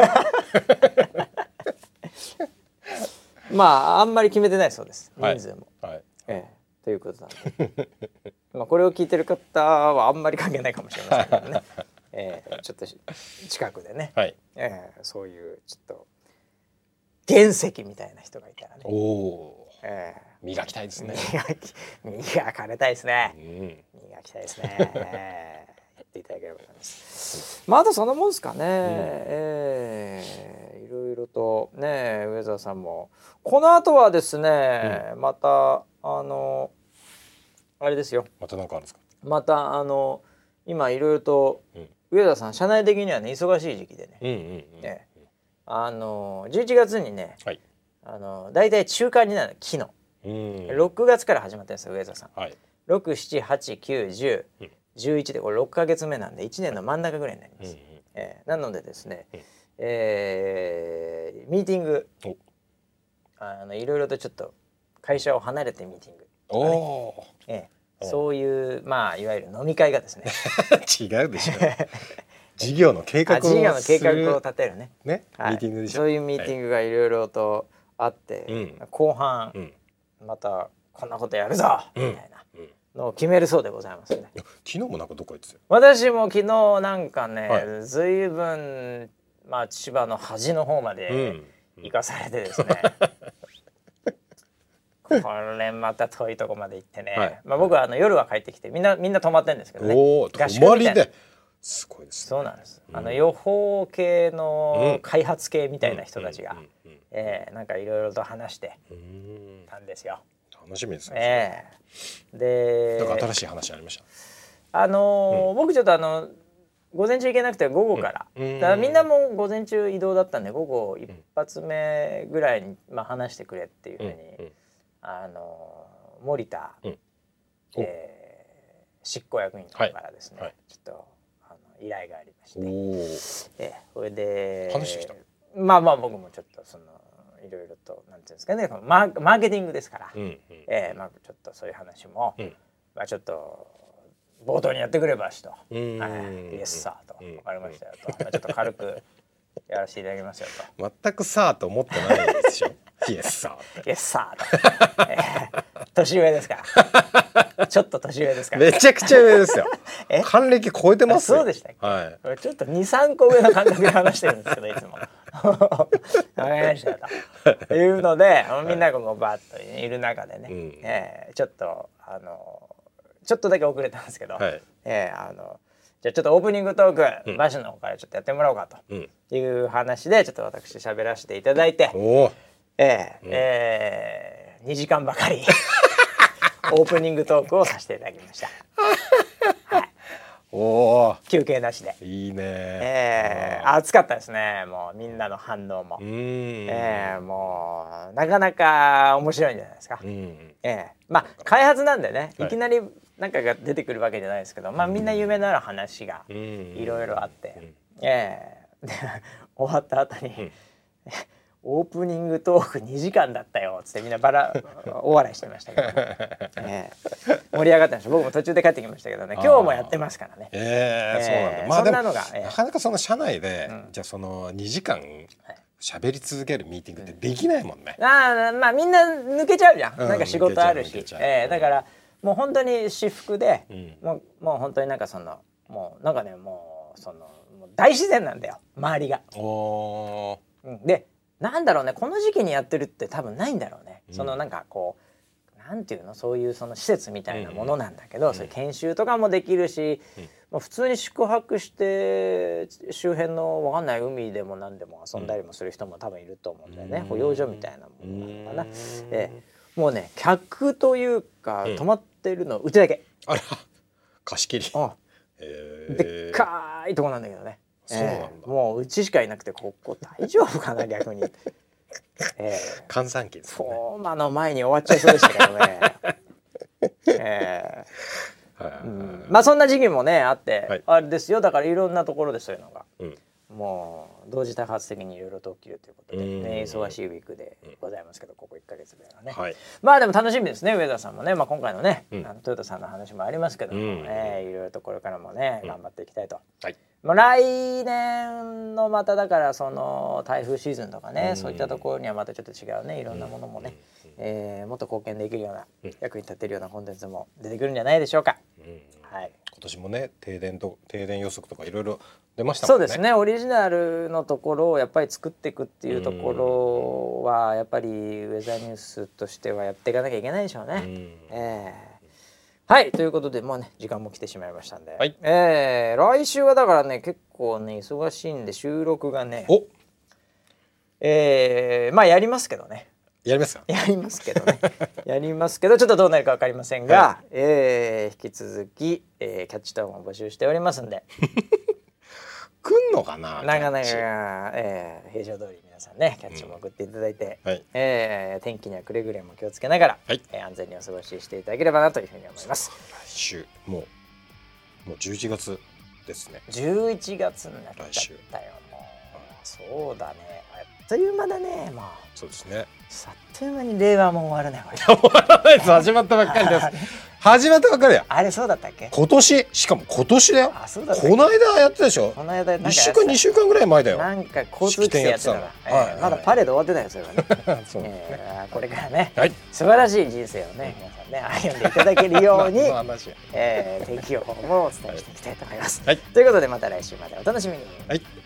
まああんまり決めてないそうです、人数も。ということなんで、まあこれを聞いてる方はあんまり関係ないかもしれませんけどね。ちょっと近くでね、そういうちょっと原石みたいな人がいたらね、磨きたいですね。磨かれたいですね。磨きたいですね。やっていただければと思います。まああとそのもんですかね。いろいろとね、上澤さんもこの後はですね、またあれですよ。 また何かあるんですか。 また今いろいろと上田さん社内的にはね忙しい時期でね、11月にね、だいたい中間になる期の6月から始まってるんですよ上田さん。6、7、8、9、10、11でこれ6ヶ月目なんで1年の真ん中ぐらいになります。なのでですね、ミーティングいろいろとちょっと会社を離れてミーティング、そういうまあいわゆる飲み会がですね違うでしょ。事業の計画を立てるねミーティングでしょ。 そういうミーティングがいろいろとあって、後半またこんなことやるぞみたいなのを決めるそうでございますね。 昨日もなんかどこ行ってたよ。 私も昨日なんかね、ずいぶんまあ千葉の端の方まで行かされてですね、これまた遠いとこまで行ってね、まあ僕は夜は帰ってきてみんな泊まってるんですけどね。 泊まりですごいですね。 そうなんです。予報系の開発系みたいな人たちがなんかいろいろと話してたんですよ。 楽しみですね。 で、 なんか新しい話ありました。 僕ちょっと午前中行けなくて午後から、だからみんなも午前中移動だったんで午後一発目ぐらいにまあ話してくれっていうふうに森田執行役員からですね、ちょっと依頼がありまして、それで話してきた。 まあ僕もちょっといろいろとなんていうんですかね、マーケティングですから、まあちょっとそういう話も、まあちょっと冒頭にやってくればしと、イエスサーと分かりましたよと、ちょっと軽くやらせていただきますよと。 全くさあと思ってないでしょ。イエスサー。 イエスサーと。年上ですから。ちょっと年上ですから。 めちゃくちゃ上ですよ。還暦超えてますよ。 そうでしたっけ。ちょっと2、3個上の感覚で話してるんですけどいつも。わかりましたよというので、みんながこうバッといる中でね、ちょっとちょっとだけ遅れたんですけど、じゃあちょっとオープニングトーク、バシの方からちょっとやってもらおうかという話でちょっと私喋らせていただいて、2時間ばかりオープニングトークをさせていただきました。 休憩なしで。 いいね。 暑かったですね。もうみんなの反応も。もうなかなか面白いんじゃないですか。まあ開発なんでね、いきなりなんかが出てくるわけじゃないですけど、まあみんな夢のある話がいろいろあって、で終わった後にオープニングトーク2時間だったよっつってみんな大笑いしてましたけど、盛り上がってました。僕も途中で帰ってきましたけどね、今日もやってますからね。 そうなんだ。まあでもなかなかその社内で、じゃあその2時間喋り続けるミーティングってできないもんね。 まあみんな抜けちゃうじゃん、なんか仕事あるし、だからもう本当に私服で、もう本当になんかそのもうなんかね、もうその大自然なんだよ周りが。でなんだろうね、この時期にやってるって多分ないんだろうね、そのなんかこうなんていうの、そういうその施設みたいなものなんだけど、そういう研修とかもできるし、まあ、普通に宿泊して周辺のわかんない海でも何でも遊んだりもする人も多分いると思うんだよね、保養所みたいなものなのかな。もうね客というか泊まってるのうちだけ。 あら貸し切り。 でっかいとこなんだけどね。もううちしかいなくて、ここ大丈夫かな逆に。 閑散期ですね。 フォーマの前に終わっちゃいそうでしたけどね。まあそんな時期もねあって、あれですよ、だからいろんなところでそういうのが、もう同時多発的にいろいろと起きるということで、忙しいウィークでございますけど、ここ1ヶ月ぐらいはね、まあでも楽しみですね。上田さんもね、まあ、今回のね、トヨタさんの話もありますけども、いろいろとこれからもね頑張っていきたいと。もう来年のまただからその台風シーズンとかね、そういったところにはまたちょっと違うね、いろんなものもね、もっと貢献できるような、役に立てるようなコンテンツも出てくるんじゃないでしょうか。 今年もね停電予測とかいろいろ出ましたもんね。 そうですね、オリジナルのところをやっぱり作っていくっていうところはやっぱりウェザーニュースとしてはやっていかなきゃいけないでしょうね。はいということで、もうね時間も来てしまいましたんで、来週はだからね結構ね忙しいんで、収録がねまあやりますけどね。やりますけどねやりますけど、ちょっとどうなるか分かりませんが、引き続き、キャッチトーンを募集しておりますんで来んのかな。 なかなか、平常通り皆さんねキャッチも送っていただいて、天気にはくれぐれも気をつけながら、安全にお過ごししていただければなというふうに思います。 来週もう11月ですね。 11月になっちゃったよ。もうそうだね、あっという間だね。もうそうですね、 あっという間に令和も終わるね。これ終わらないです。始まったばっかりです始まったばっかりや。 あれそうだったっけ。 今年、しかも今年だよ。この間やってたでしょ。 この間 1週間2週間ぐらい前だよ。 なんか交通規制やってたの。まだパレード終わってないよそれはね。そうこれからね、素晴らしい人生をね皆さんね歩んでいただけるように天気予報もお伝えしていきたいと思います。ということでまた来週までお楽しみに。